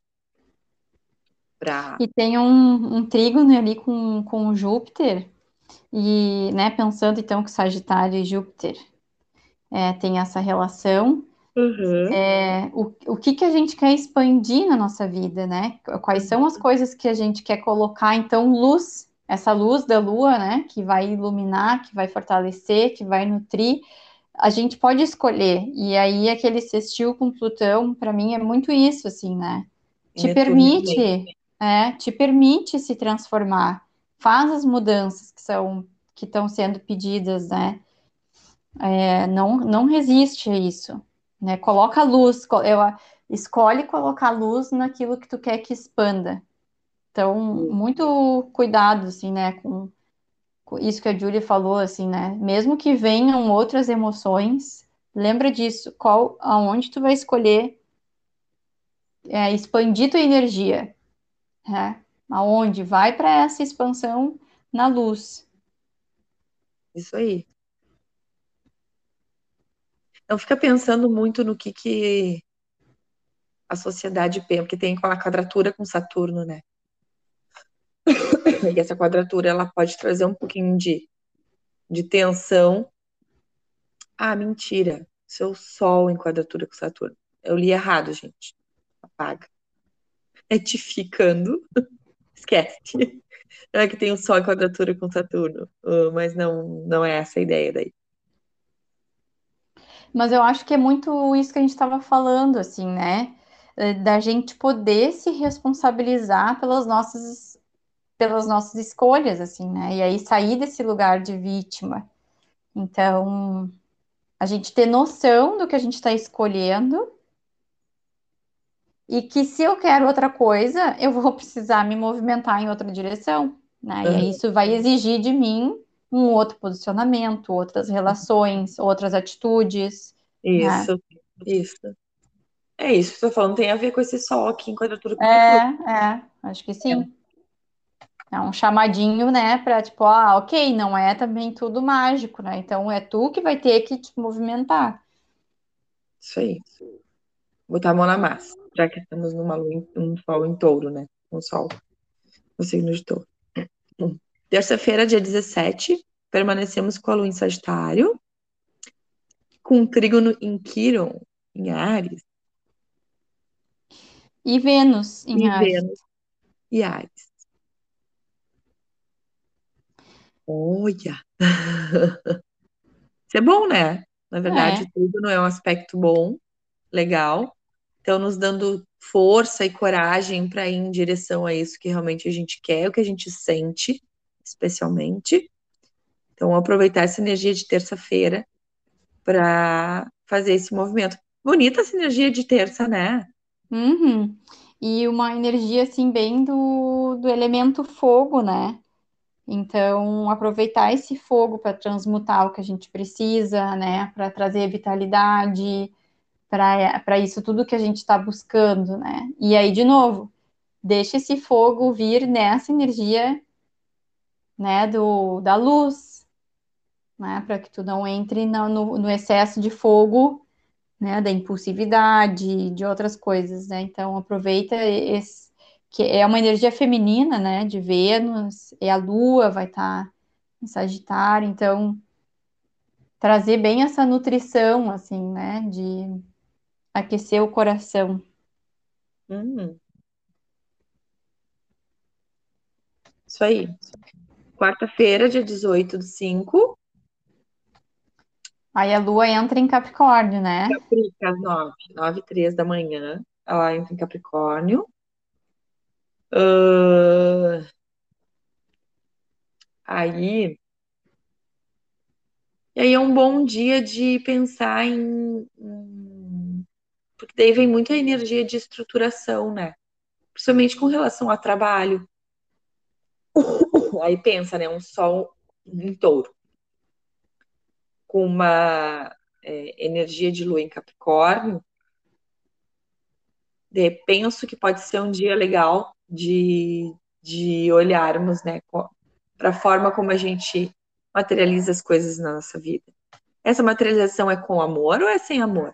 para. E tem um, um trígono ali com, com Júpiter, e, né, pensando então que Sagitário e Júpiter é, tem essa relação, Uhum. é, o, o que que a gente quer expandir na nossa vida, né? Quais são as coisas que a gente quer colocar, então, luz, essa luz da lua, né, que vai iluminar, que vai fortalecer, que vai nutrir, a gente pode escolher. E aí, aquele sextil com Plutão, para mim, é muito isso, assim, né? E Te Netuno também. permite, é, te permite se transformar, faz as mudanças que são que estão sendo pedidas, né? É, não, não resiste a isso, né? Coloca luz, co- eu, escolhe colocar luz naquilo que tu quer que expanda. Então, muito cuidado, assim, né, com, com isso que a Júlia falou, assim, né? Mesmo que venham outras emoções, lembra disso, qual, aonde tu vai escolher é, expandir tua energia, né? Aonde? Vai para essa expansão na luz. Isso aí. Não fica pensando muito no que, que a sociedade pensa, porque tem a quadratura com Saturno, né? E essa quadratura ela pode trazer um pouquinho de, de tensão. Ah, mentira. Seu Sol em quadratura com Saturno. Eu li errado, gente. Apaga. Retificando. Esquece. Não é que tem o Sol em quadratura com Saturno. Uh, mas não, não é essa a ideia daí. Mas eu acho que é muito isso que a gente estava falando, assim, né? Eh, Da gente poder se responsabilizar pelas nossas, pelas nossas escolhas, assim, né? E aí sair desse lugar de vítima. Então, a gente ter noção do que a gente está escolhendo e que se eu quero outra coisa, eu vou precisar me movimentar em outra direção, né? E aí Uhum. isso vai exigir de mim um outro posicionamento, outras relações, outras atitudes, né? Isso, isso. É isso que você tá falando, tem a ver com esse Sol aqui em quadratura com É, Saturno. é, acho que sim. É um chamadinho, né, para tipo, ah, ok, não é também tudo mágico, né? Então é tu que vai ter que te movimentar. Isso aí. Botar a mão na massa. Já que estamos numa lua, em- um Sol em touro, né? Um Sol no signo de touro. Hum. Terça-feira, dia dezessete, permanecemos com a lua em Sagitário, com um trígono em Quiron, em Áries, E Vênus em e Ares. Vênus e Áries. Olha! Isso é bom, né? Na verdade, É. o trígono é um aspecto bom, legal. Então, nos dando força e coragem para ir em direção a isso que realmente a gente quer, o que a gente sente, especialmente. Então, aproveitar essa energia de terça-feira para fazer esse movimento. Bonita essa energia de terça, né? Uhum. E uma energia assim bem do, do elemento fogo, né? Então, aproveitar esse fogo para transmutar o que a gente precisa, né? Para trazer vitalidade, para para isso tudo que a gente está buscando, né? E aí, de novo, deixa esse fogo vir nessa energia, né? Do, da luz, né? Para que tu não entre no, no, no excesso de fogo, né? Da impulsividade, de outras coisas, né? Então, aproveita esse, que é uma energia feminina, né? De Vênus, e a Lua vai estar em Sagitário, então trazer bem essa nutrição, assim, né? De aquecer o coração. Hum, isso aí. Quarta-feira, dia dezoito do cinco, Aí a lua entra em Capricórnio, né? Caprica às nove, nove e três da manhã. Ela entra em Capricórnio. Ah, aí, e aí é um bom dia de pensar em, em- porque daí vem muita energia de estruturação, né? Principalmente com relação ao trabalho. Aí pensa, né? Um sol em touro, com uma é, energia de lua em Capricórnio. De, penso que pode ser um dia legal de, de olharmos, né, para a forma como a gente materializa as coisas na nossa vida. Essa materialização é com amor ou é sem amor?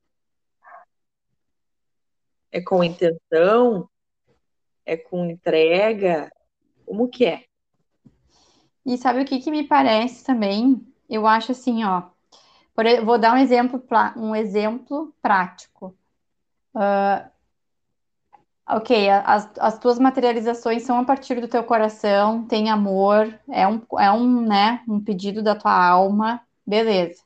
É com intenção? É com entrega? Como que é? E sabe o que que me parece também? Eu acho assim, ó. Por e- vou dar um exemplo, pra- um exemplo prático. Ok, a- as, as tuas materializações são a partir do teu coração, tem amor, é um, é um, né, um pedido da tua alma, beleza.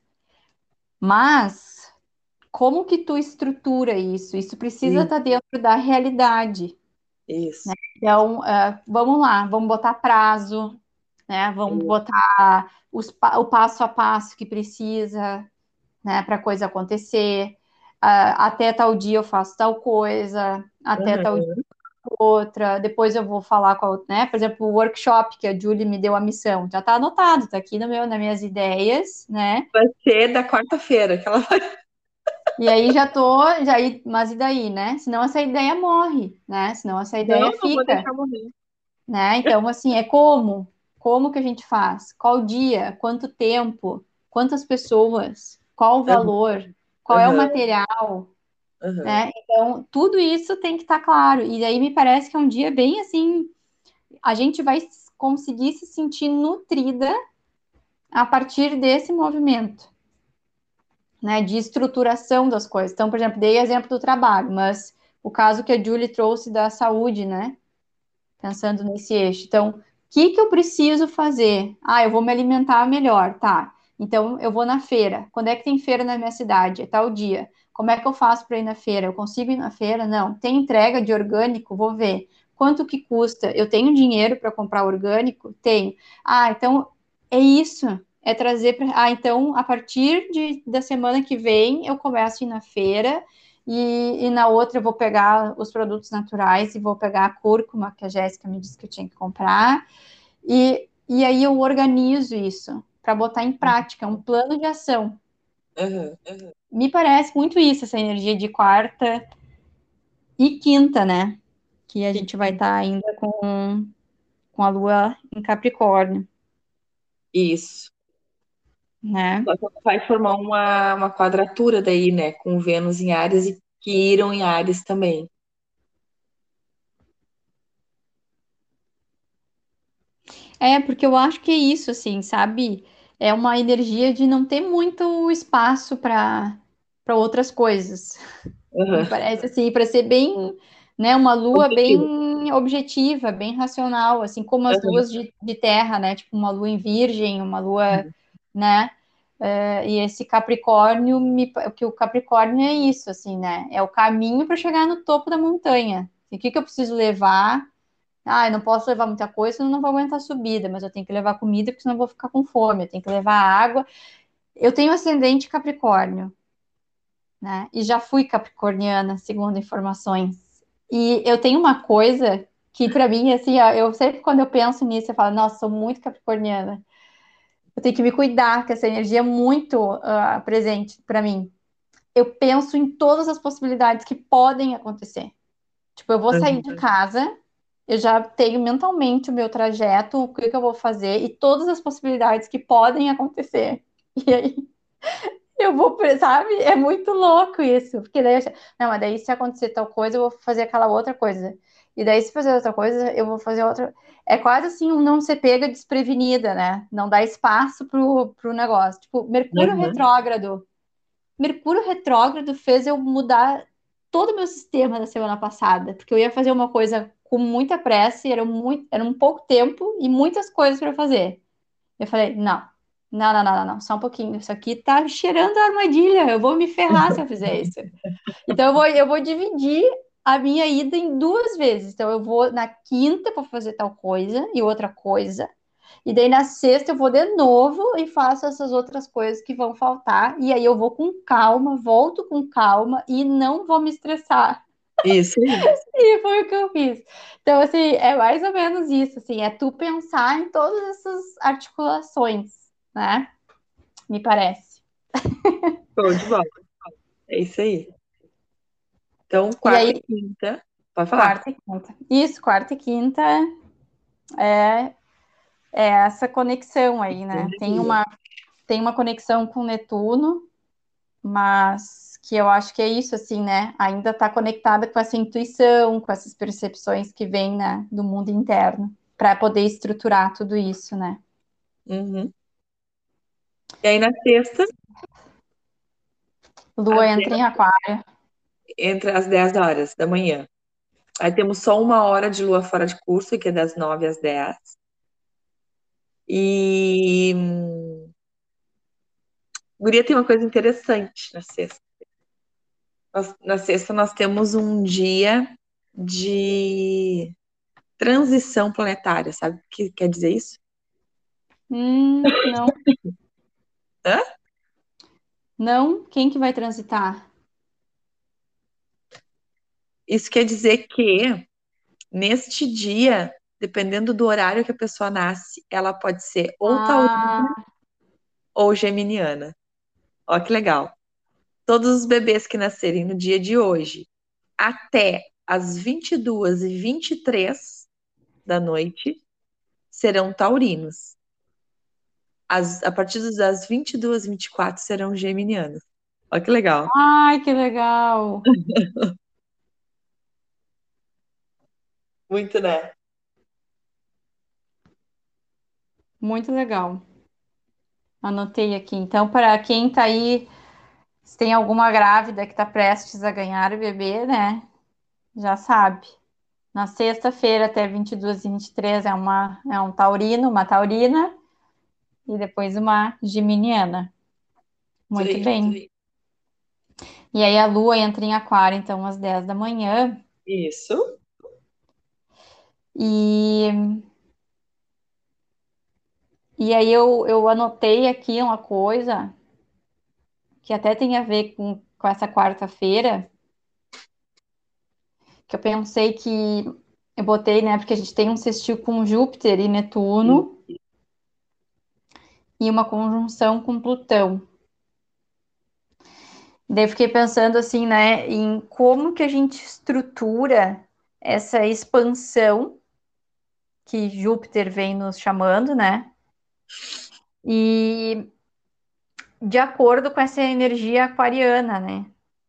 Mas como que tu estrutura isso? Isso precisa Isso, estar dentro da realidade. isso. Então, ah, vamos lá, vamos botar prazo, né? Vamos Isso. botar os pa- o passo a passo que precisa, né, para a coisa acontecer. Ah, até tal dia eu faço tal coisa, até tal dia Uhum. outra. Depois eu vou falar com a outra, né? Por exemplo, o workshop que a Julie me deu a missão, já está anotado, está aqui no meu, nas minhas ideias, né? Vai ser da quarta-feira que ela vai. E aí já tô, já aí, mas e daí, né? Senão essa ideia morre, né? Senão essa Não, ideia não vou fica, deixar morrer. né? Então, assim, é como? Como que a gente faz? Qual dia? Quanto tempo? Quantas pessoas? Qual o Uhum. valor? Qual é o Uhum. material? Uhum. Né? Então, tudo isso tem que estar claro. E daí me parece que é um dia bem assim, a gente vai conseguir se sentir nutrida a partir desse movimento, né? De estruturação das coisas. Então, por exemplo, dei exemplo do trabalho, mas o caso que a Julie trouxe da saúde, né? Pensando nesse eixo. Então, o que que eu preciso fazer? Ah, eu vou me alimentar melhor, tá? Então, eu vou na feira. Quando é que tem feira na minha cidade? É tal dia. Como é que eu faço para ir na feira? Eu consigo ir na feira? Não. Tem entrega de orgânico? Vou ver. Quanto que custa? Eu tenho dinheiro para comprar orgânico? Tenho. Ah, então é isso. É trazer para. Ah, então a partir de, da semana que vem eu começo a ir na feira e, e, na outra eu vou pegar os produtos naturais e vou pegar a cúrcuma, que a Jéssica me disse que eu tinha que comprar. E, e aí eu organizo isso para botar em prática, um plano de ação. Uhum. Me parece muito isso, essa energia de quarta e quinta, né? Que a gente vai estar ainda com, com a lua em Capricórnio, Isso. né? Só que vai formar uma, uma quadratura daí, né? Com Vênus em Áries e Quirón em Áries também. É, porque eu acho que é isso, assim, sabe? É uma energia de não ter muito espaço para para outras coisas. Me Uhum. parece assim, para ser bem, né, uma lua Objetivo. bem objetiva, bem racional, assim como as Uhum. luas de, de terra, né? Tipo uma lua em Virgem, uma lua, né? É, e esse Capricórnio, me, que o Capricórnio é isso, assim, né? É o caminho para chegar no topo da montanha. Assim, o que que eu preciso levar? Ah, eu não posso levar muita coisa, senão eu não vou aguentar a subida, mas eu tenho que levar comida, porque senão eu vou ficar com fome. Eu tenho que levar água. Eu tenho ascendente Capricórnio, né? E já fui capricorniana, segundo informações. E eu tenho uma coisa que para mim, assim, ó, eu sempre quando eu penso nisso, eu falo, nossa, sou muito capricorniana. Eu tenho que me cuidar, que essa energia é muito uh, presente para mim. Eu penso em todas as possibilidades que podem acontecer. Tipo, eu vou sair de Uhum. casa, eu já tenho mentalmente o meu trajeto, o que que eu vou fazer e todas as possibilidades que podem acontecer. E aí eu vou, sabe? É muito louco isso. Porque daí, eu, não, mas daí se acontecer tal coisa, eu vou fazer aquela outra coisa. E daí, se fazer outra coisa, eu vou fazer outra. É quase assim um não ser pega desprevenida, né? Não dá espaço pro, pro negócio. Tipo, Mercúrio Uhum. retrógrado. Mercúrio retrógrado fez eu mudar todo o meu sistema da semana passada, porque eu ia fazer uma coisa com muita pressa, e era, muito, era um pouco tempo e muitas coisas para fazer. Eu falei, não. Não, não, não, não, não, só um pouquinho. Isso aqui tá cheirando a armadilha. Eu vou me ferrar se eu fizer isso. Então eu vou, eu vou dividir a minha ida em duas vezes. Então eu vou na quinta para fazer tal coisa e outra coisa. E daí na sexta eu vou de novo e faço essas outras coisas que vão faltar. E aí eu vou com calma, volto com calma e não vou me estressar. Isso aí. E foi o que eu fiz. Então, assim, é mais ou menos isso, assim, é tu pensar em todas essas articulações, né? Me parece. Show de bola. É isso aí. Então, E quarta aí, e quinta, pode falar. quarta e quinta. Isso, quarta e quinta é, é essa conexão aí, né? Tem uma, tem uma conexão com Netuno, mas que eu acho que é isso, assim, né? Ainda está conectada com essa intuição, com essas percepções que vêm, né, do mundo interno, para poder estruturar tudo isso, né? Uhum. E aí na sexta, Lua às entra em dez, Aquário. entre as dez horas da manhã. Aí temos só uma hora de lua fora de curso, que é das nove às dez. E hum, guria, tem uma coisa interessante na sexta. Nós- na sexta nós temos um dia de transição planetária, sabe o que quer dizer isso? Hum, não, Hã? não. Quem que vai transitar? Isso quer dizer que neste dia, dependendo do horário que a pessoa nasce, ela pode ser ou taurina Ah, ou geminiana. Ó, que legal. Todos os bebês que nascerem no dia de hoje, até às vinte e duas e vinte e três da noite, serão taurinos. As, a partir das vinte e duas e vinte e quatro serão geminianos. Olha que legal. ai, que legal. Muito, né? Muito legal. Anotei aqui. Então, para quem tá aí, se tem alguma grávida que tá prestes a ganhar o bebê, né? Já sabe. Na sexta-feira, até vinte e duas e vinte e três, é, uma, é um taurino, uma taurina, e depois uma geminiana. Isso Muito aí. bem. E aí a lua entra em aquário, então, às dez da manhã. Isso. E, e aí eu, eu anotei aqui uma coisa que até tem a ver com, com essa quarta-feira, que eu pensei que eu botei, né? Porque a gente tem um sextil com Júpiter e E- Netuno e uma conjunção com Plutão. Daí eu fiquei pensando assim, né, em como que a gente estrutura essa expansão que Júpiter vem nos chamando, né? E de acordo com essa energia aquariana, né?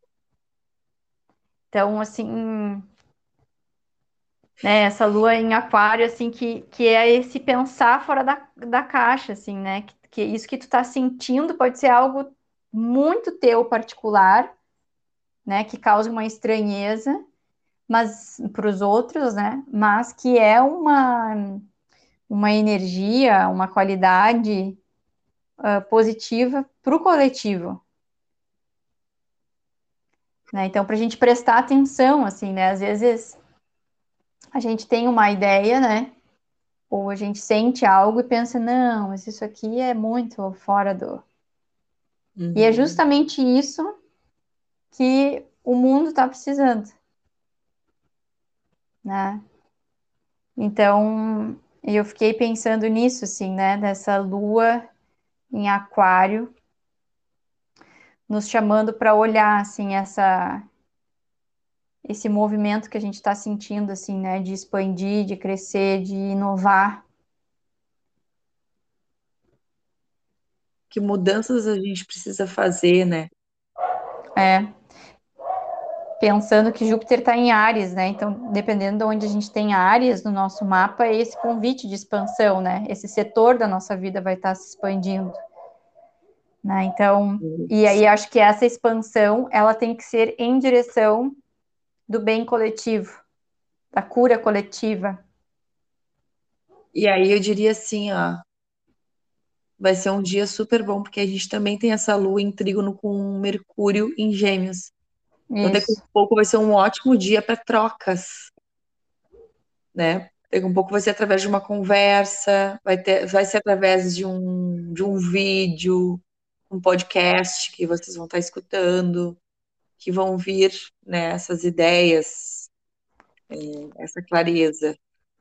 Então, assim, né, essa lua em aquário, assim, que, que é esse pensar fora da, da caixa, assim, né? Que, que isso que tu tá sentindo pode ser algo muito teu particular, né? Que causa uma estranheza, mas para os outros, né? Mas que é uma, uma energia, uma qualidade uh, positiva para o coletivo, né? Então, para a gente prestar atenção, assim, né? Às vezes a gente tem uma ideia, né? Ou a gente sente algo e pensa, não, mas isso aqui é muito fora do. E é Uhum. justamente isso que o mundo está precisando, né? Então, eu fiquei pensando nisso, assim, né? Dessa lua em aquário, nos chamando para olhar, assim, essa, esse movimento que a gente está sentindo, assim, né? De expandir, de crescer, de inovar. Que mudanças a gente precisa fazer, né? É, pensando que Júpiter está em Áries, né? Então, dependendo de onde a gente tem Áries no nosso mapa, é esse convite de expansão, né? Esse setor da nossa vida vai estar se expandindo, né? Então, e aí acho que essa expansão, ela tem que ser em direção do bem coletivo, da cura coletiva. E aí eu diria assim, ó, vai ser um dia super bom, porque a gente também tem essa lua em trígono com Mercúrio em Gêmeos. Então, daqui a Isso. pouco vai ser um ótimo dia para trocas, né? Daqui a pouco vai ser através de uma conversa, vai ter, vai ser através de um, de um vídeo, um podcast que vocês vão estar escutando, que vão vir, né, essas ideias, essa clareza.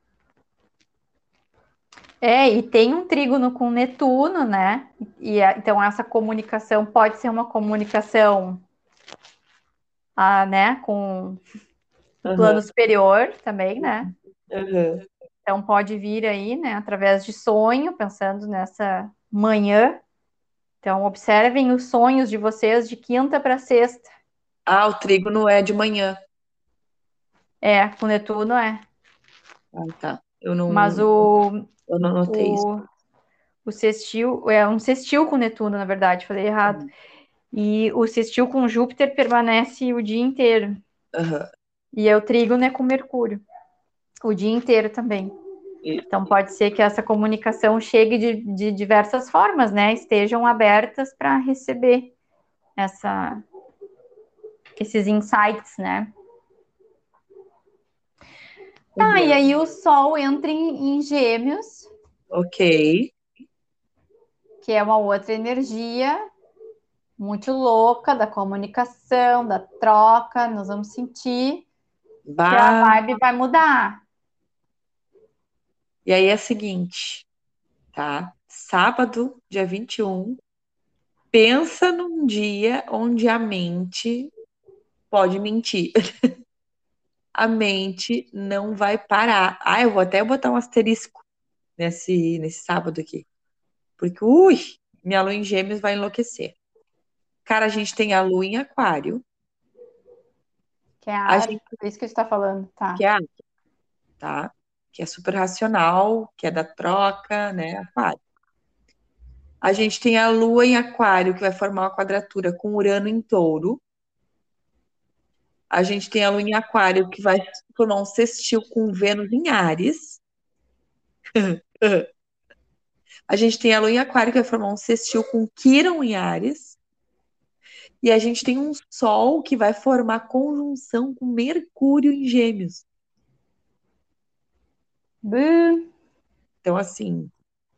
É, e tem um trígono com Netuno, né? E a- então essa comunicação pode ser uma comunicação, ah, né, com o Aham, plano superior também, né? aham. Então pode vir aí, né, através de sonho, pensando nessa manhã. Então observem os sonhos de vocês de quinta para sexta. Ah, o trígono é de manhã. É, com Netuno é. Ah, tá. Eu Mas não, o, eu não notei isso. o, o sextil, é um sextil com Netuno, na verdade, falei errado. E o sextil com Júpiter permanece o dia inteiro. Aham. E é o trígono é com Mercúrio, o dia inteiro também. E- Então pode ser que essa comunicação chegue de, de diversas formas, né? Estejam abertas para receber essa, esses insights, né? Tá, e aham. aí o Sol entra em, em Gêmeos, Ok. que é uma outra energia muito louca da comunicação, da troca. Nós vamos sentir que a Bah. vibe vai mudar. E aí é o seguinte, tá? Sábado, dia vinte e um, pensa num dia onde a mente pode mentir. A mente não vai parar. Ah, eu vou até botar um asterisco nesse, nesse sábado aqui. Porque, ui, minha lua em Gêmeos vai enlouquecer. Cara, a gente tem a lua em Aquário. Que é A ar, gente é isso que a gente está falando, que tá? é a, tá? Que é super racional, que é da troca, né? Aquário. A gente tem a lua em Aquário, que vai formar uma quadratura com Urano em Touro. A gente tem a lua em Aquário, que vai formar um sextil com Vênus em Áries. A gente tem a lua em Aquário, que vai formar um sextil com Quirón em Áries. E a gente tem um Sol que vai formar conjunção com Mercúrio em Gêmeos. Buh. Então, assim,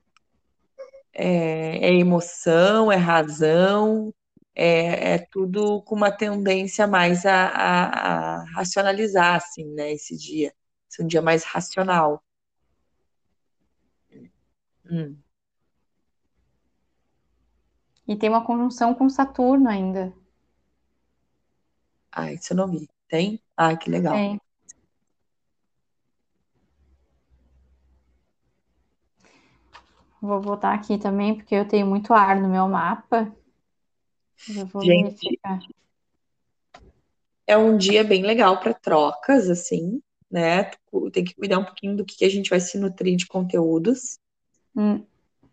é, é emoção, é razão, é, é tudo com uma tendência mais a, a- a racionalizar, assim, né, esse dia. Esse é um dia mais racional. Hum. E tem uma conjunção com Saturno ainda. Ah, isso eu não vi. Tem? Ah, que legal. Tem. Vou botar aqui também, porque eu tenho muito ar no meu mapa. Eu vou Gente, verificar. é um dia bem legal para trocas, assim, né? Tu tem que cuidar um pouquinho do que que a gente vai se nutrir de conteúdos, Hum.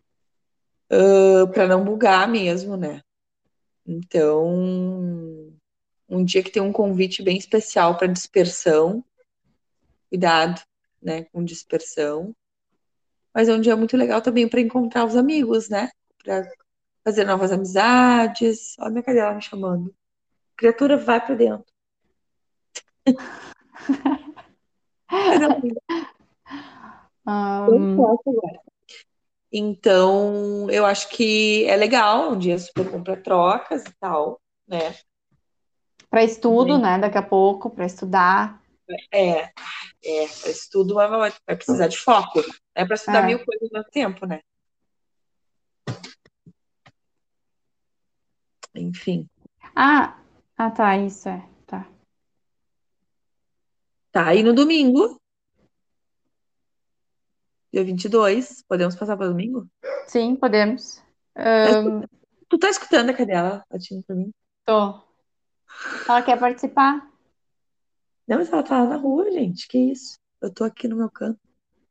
para não bugar mesmo, né? Então, um dia que tem um convite bem especial para dispersão, cuidado, né, com dispersão. Mas é um dia muito legal também para encontrar os amigos, né? Para fazer novas amizades. Olha a minha cadela me chamando. Criatura, vai para dentro. Cadê o amigo? Eu Um, posso agora. Então, eu acho que é legal, um dia super bom para trocas e tal, né? para estudo, né? Daqui a pouco, para estudar. É, é, para estudo vai, vai vai precisar de foco. É para estudar É. mil coisas ao mesmo tempo, né? Enfim. Ah, ah, tá, isso é. Tá. Tá, e no domingo, dia vinte e dois, podemos passar para domingo? Sim, podemos. Tá- Um, Tu tá escutando a cadela latindo pra mim? tô. Ela quer participar? Não, mas ela tá lá na rua, gente. Que isso? Eu tô aqui no meu canto.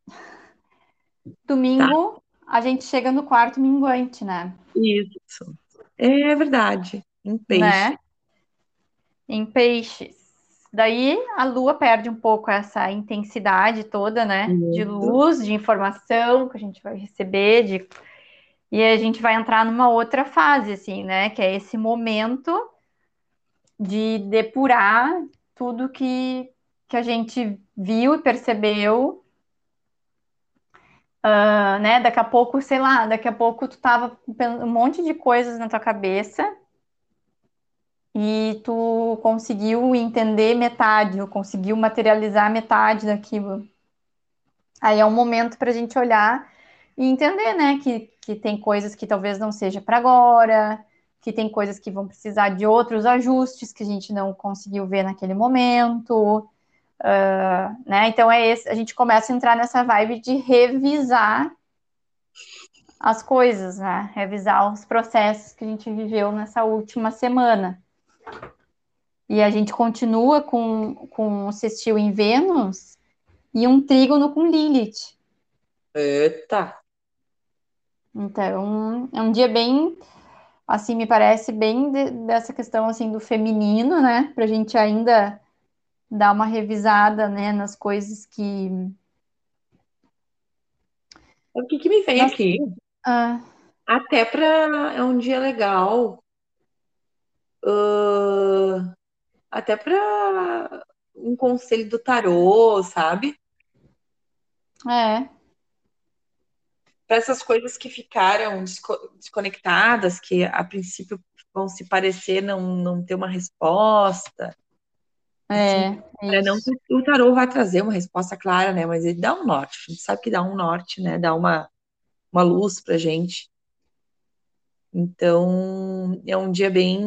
Tá, Domingo, a gente chega no quarto minguante, né? isso. É verdade. Em peixe. Né? Em peixes. Daí a lua perde um pouco essa intensidade toda, né? De Isso. luz, de informação que a gente vai receber, de E a gente vai entrar numa outra fase, assim, né? Que é esse momento de depurar tudo que, que a gente viu e percebeu, ah, né? Daqui a pouco, sei lá, daqui a pouco tu tava com um monte de coisas na tua cabeça e tu conseguiu entender metade, ou conseguiu materializar metade daquilo. Aí é um momento para a gente olhar e entender, né, que, que tem coisas que talvez não seja para agora, que tem coisas que vão precisar de outros ajustes que a gente não conseguiu ver naquele momento, uh, né? Então é esse, a gente começa a entrar nessa vibe de revisar as coisas, né? Revisar os processos que a gente viveu nessa última semana. E a gente continua com, com o sextil em Vênus e um trígono com Lilith. Eita. Então, é um dia bem, assim, me parece bem de- dessa questão, assim, do feminino, né? Pra gente ainda dar uma revisada, né, nas coisas que... O que que me vem Nas... aqui? Ah, Até pra. É um dia legal. ãh, até pra um conselho do tarô, sabe? é, Para essas coisas que ficaram desco- desconectadas, que a princípio vão se parecer não, não ter uma resposta, assim, é, é para não isso. que o tarô vai trazer uma resposta clara, né? Mas ele dá um norte, a gente sabe que dá um norte, né? Dá uma, uma luz pra gente. Então, é um dia bem.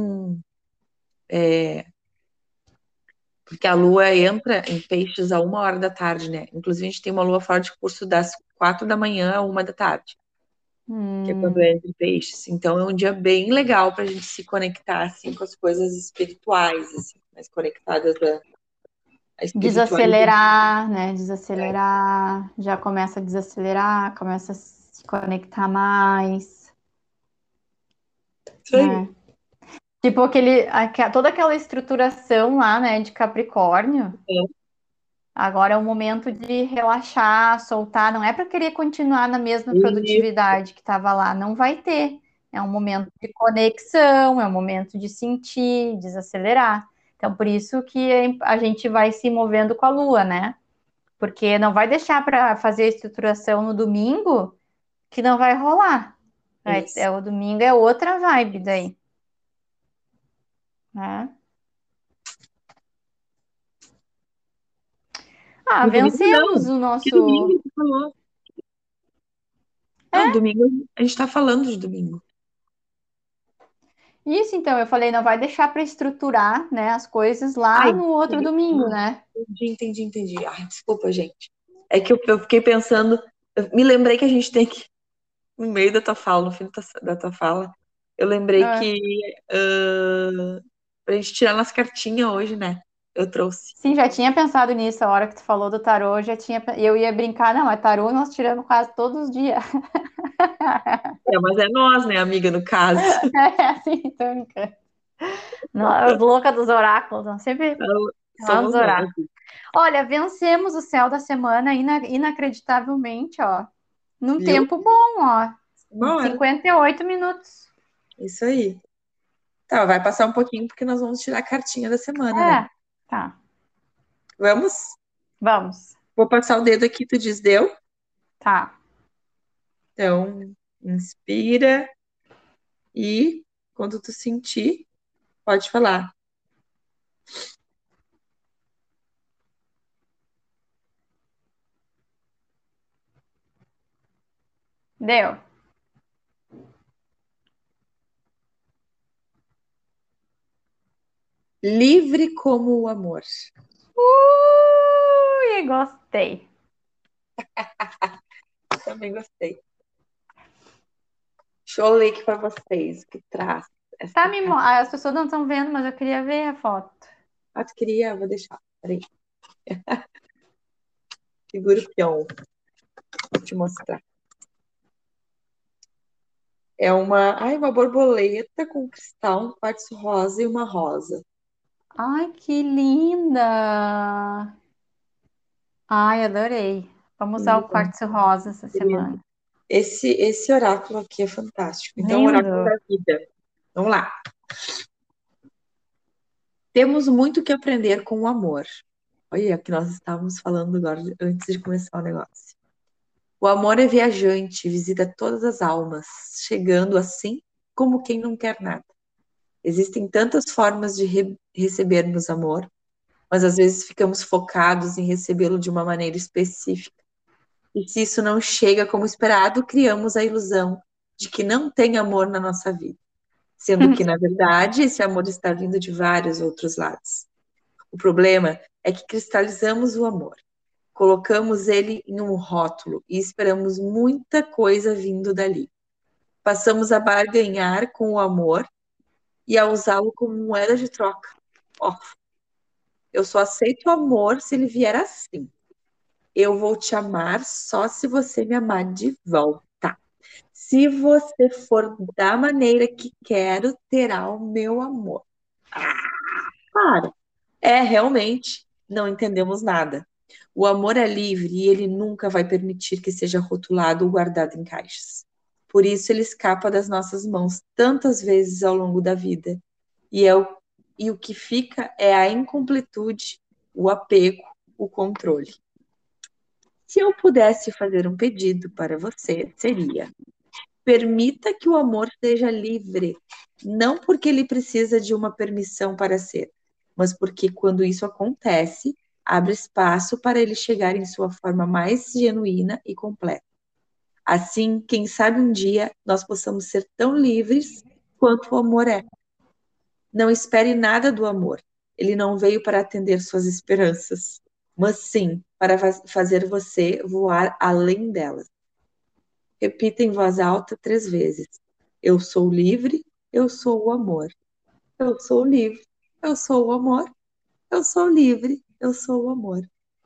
Porque a lua entra em peixes a uma hora da tarde, né? Inclusive, a gente tem uma lua fora de curso das quatro da manhã a uma da tarde, que é quando Hum, entra em peixes. Então, é um dia bem legal para a gente se conectar, assim, com as coisas espirituais, assim, mais conectadas à, à espiritualidade. desacelerar, né? Desacelerar, já começa a desacelerar, começa a se conectar mais, Isso aí. né? Tipo aquele, aque- toda aquela estruturação lá, né, de Capricórnio. Agora é o momento de relaxar, soltar. Não é para querer continuar na mesma E, produtividade que estava lá. Não vai ter. É um momento de conexão, é um momento de sentir, desacelerar. Então, por isso que a gente vai se movendo com a Lua, né? Porque não vai deixar para fazer a estruturação no domingo, que não vai rolar. Vai- isso. é, o domingo é outra vibe daí, né? Ah, No domingo, vencemos não. o Que domingo nosso. você falou? Não, É, domingo, a gente tá falando de domingo. isso, então, eu falei, não vai deixar para estruturar, né, as coisas lá Ai, no outro domingo, né? entendi, entendi, entendi. Ai, desculpa, gente. É que eu, eu fiquei pensando, eu me lembrei que a gente tem que, no meio da tua fala, no fim da tua, da tua fala, eu lembrei Ah, que uh, pra gente tirar nossa cartinha hoje, né? Eu trouxe. sim, já tinha pensado nisso, a hora que tu falou do tarô, já tinha, eu ia brincar, não, mas tarô nós tiramos quase todos os dias. É, mas é nós, né, amiga, no caso. É assim, tô brincando. Nós, louca dos oráculos, nós sempre Então, lá nos somos nós. oráculos. Olha, vencemos o céu da semana ina- inacreditavelmente, ó, num Viu? tempo bom, ó, Uma hora. cinquenta e oito minutos. Isso aí. Tá, vai passar um pouquinho porque nós vamos tirar a cartinha da semana, né? É, tá, Vamos? vamos, Vou passar o dedo aqui, tu diz deu? tá, Então, inspira e quando tu sentir, pode falar. deu. Livre como o amor. Ui, gostei. Também gostei. Deixa eu ler aqui para vocês o que traz Tá, essa me... mo- carta. ah, as pessoas não estão vendo, mas eu queria ver a foto. Ah, tu queria? Vou deixar. Peraí. Segura o peão. Vou te mostrar. É uma, ai, uma borboleta com cristal, um quartzo rosa e uma rosa. Ai, que linda! Ai, adorei. Vamos usar o Linda, quartzo rosa essa querida. semana. Esse, esse oráculo aqui é fantástico. Então, o oráculo Lindo. da vida. Vamos lá. Temos muito que aprender com o amor. Olha, que nós estávamos falando agora, antes de começar o negócio. O amor é viajante, visita todas as almas, chegando assim como quem não quer nada. Existem tantas formas de re recebermos amor, mas às vezes ficamos focados em recebê-lo de uma maneira específica. E se isso não chega como esperado, criamos a ilusão de que não tem amor na nossa vida, sendo que, na verdade, esse amor está vindo de vários outros lados. O problema é que cristalizamos o amor, colocamos ele em um rótulo e esperamos muita coisa vindo dali. Passamos a barganhar com o amor e a usá-lo como moeda de troca. Ó, eu só aceito o amor se ele vier assim. Eu vou te amar só se você me amar de volta. Se você for da maneira que quero, terá o meu amor. Ah, para. É, realmente, não entendemos nada. O amor é livre e ele nunca vai permitir que seja rotulado ou guardado em caixas. Por isso ele escapa das nossas mãos tantas vezes ao longo da vida. E, é o, e o que fica é a incompletude, o apego, o controle. Se eu pudesse fazer um pedido para você, seria: permita que o amor seja livre, não porque ele precisa de uma permissão para ser, mas porque quando isso acontece, abre espaço para ele chegar em sua forma mais genuína e completa. Assim, quem sabe um dia nós possamos ser tão livres quanto o amor é. Não espere nada do amor. Ele não veio para atender suas esperanças, mas sim para fazer você voar além delas. Repita em voz alta três vezes: eu sou livre, eu sou o amor. Eu sou livre, eu sou o amor. Eu sou livre, eu sou o amor.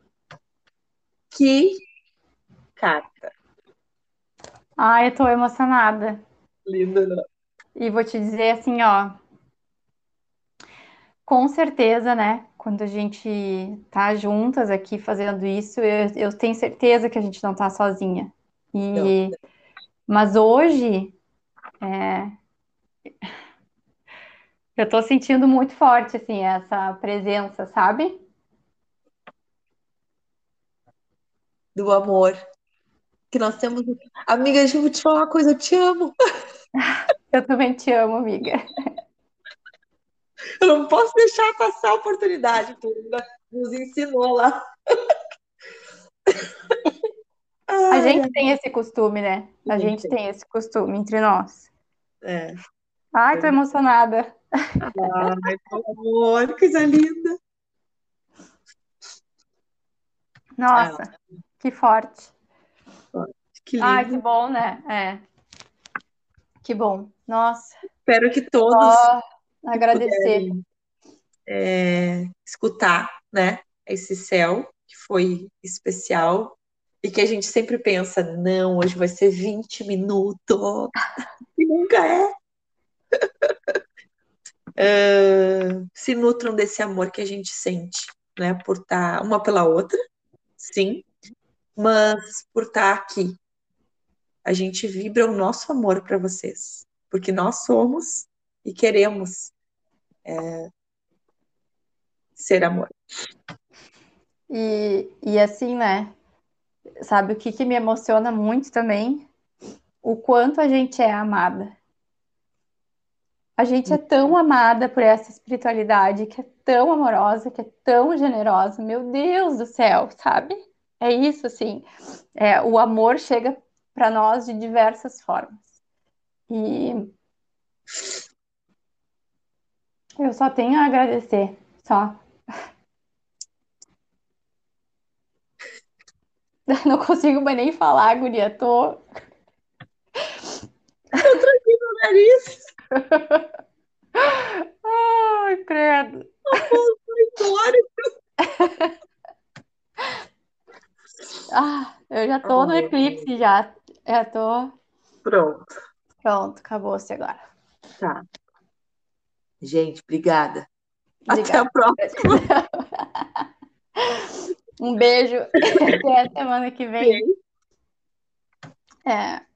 Que carta Ai, eu tô emocionada. linda, né? E vou te dizer assim, ó, com certeza, né? Quando a gente tá juntas aqui fazendo isso, eu, eu tenho certeza que a gente não tá sozinha. Não, E, mas hoje eu tô sentindo muito forte, assim, essa presença, sabe? do amor que nós temos. Amiga, deixa eu te falar uma coisa, eu te amo. Eu também te amo, amiga. Eu não posso deixar passar a oportunidade, tu ainda nos ensinou lá. A Ai, gente tem esse costume, né? A gente amiga. tem esse costume entre nós. É. Ai, tô emocionada. Ai, pelo amor, coisa linda. Ah, Nossa, que forte. que Ai, que lindo. bom, né? É, que bom. Nossa, Espero que todos só que agradecer. puderem é, escutar, né, esse céu que foi especial e que a gente sempre pensa, não, hoje vai ser vinte minutos, e nunca é. Uh, se nutram desse amor que a gente sente, né, por estar uma pela outra, sim, mas por estar aqui. A gente vibra o nosso amor para vocês, porque nós somos e queremos ser amor. E, e assim, né? Sabe o que que me emociona muito também? O quanto a gente é amada. A gente é tão amada por essa espiritualidade que é tão amorosa, que é tão generosa. Meu Deus do céu, sabe? É isso, assim. É, o amor chega para nós de diversas formas. E eu só tenho a agradecer, só. Não consigo mais nem falar, guria. Tô. Nariz, Ai, credo. glória. Ah, eu já tô no Oh, eclipse já. Já tô. pronto, Pronto, acabou-se agora. tá. Gente, obrigada. Até a Obrigada. próxima. Um beijo. Até a semana que vem. Beijo. É.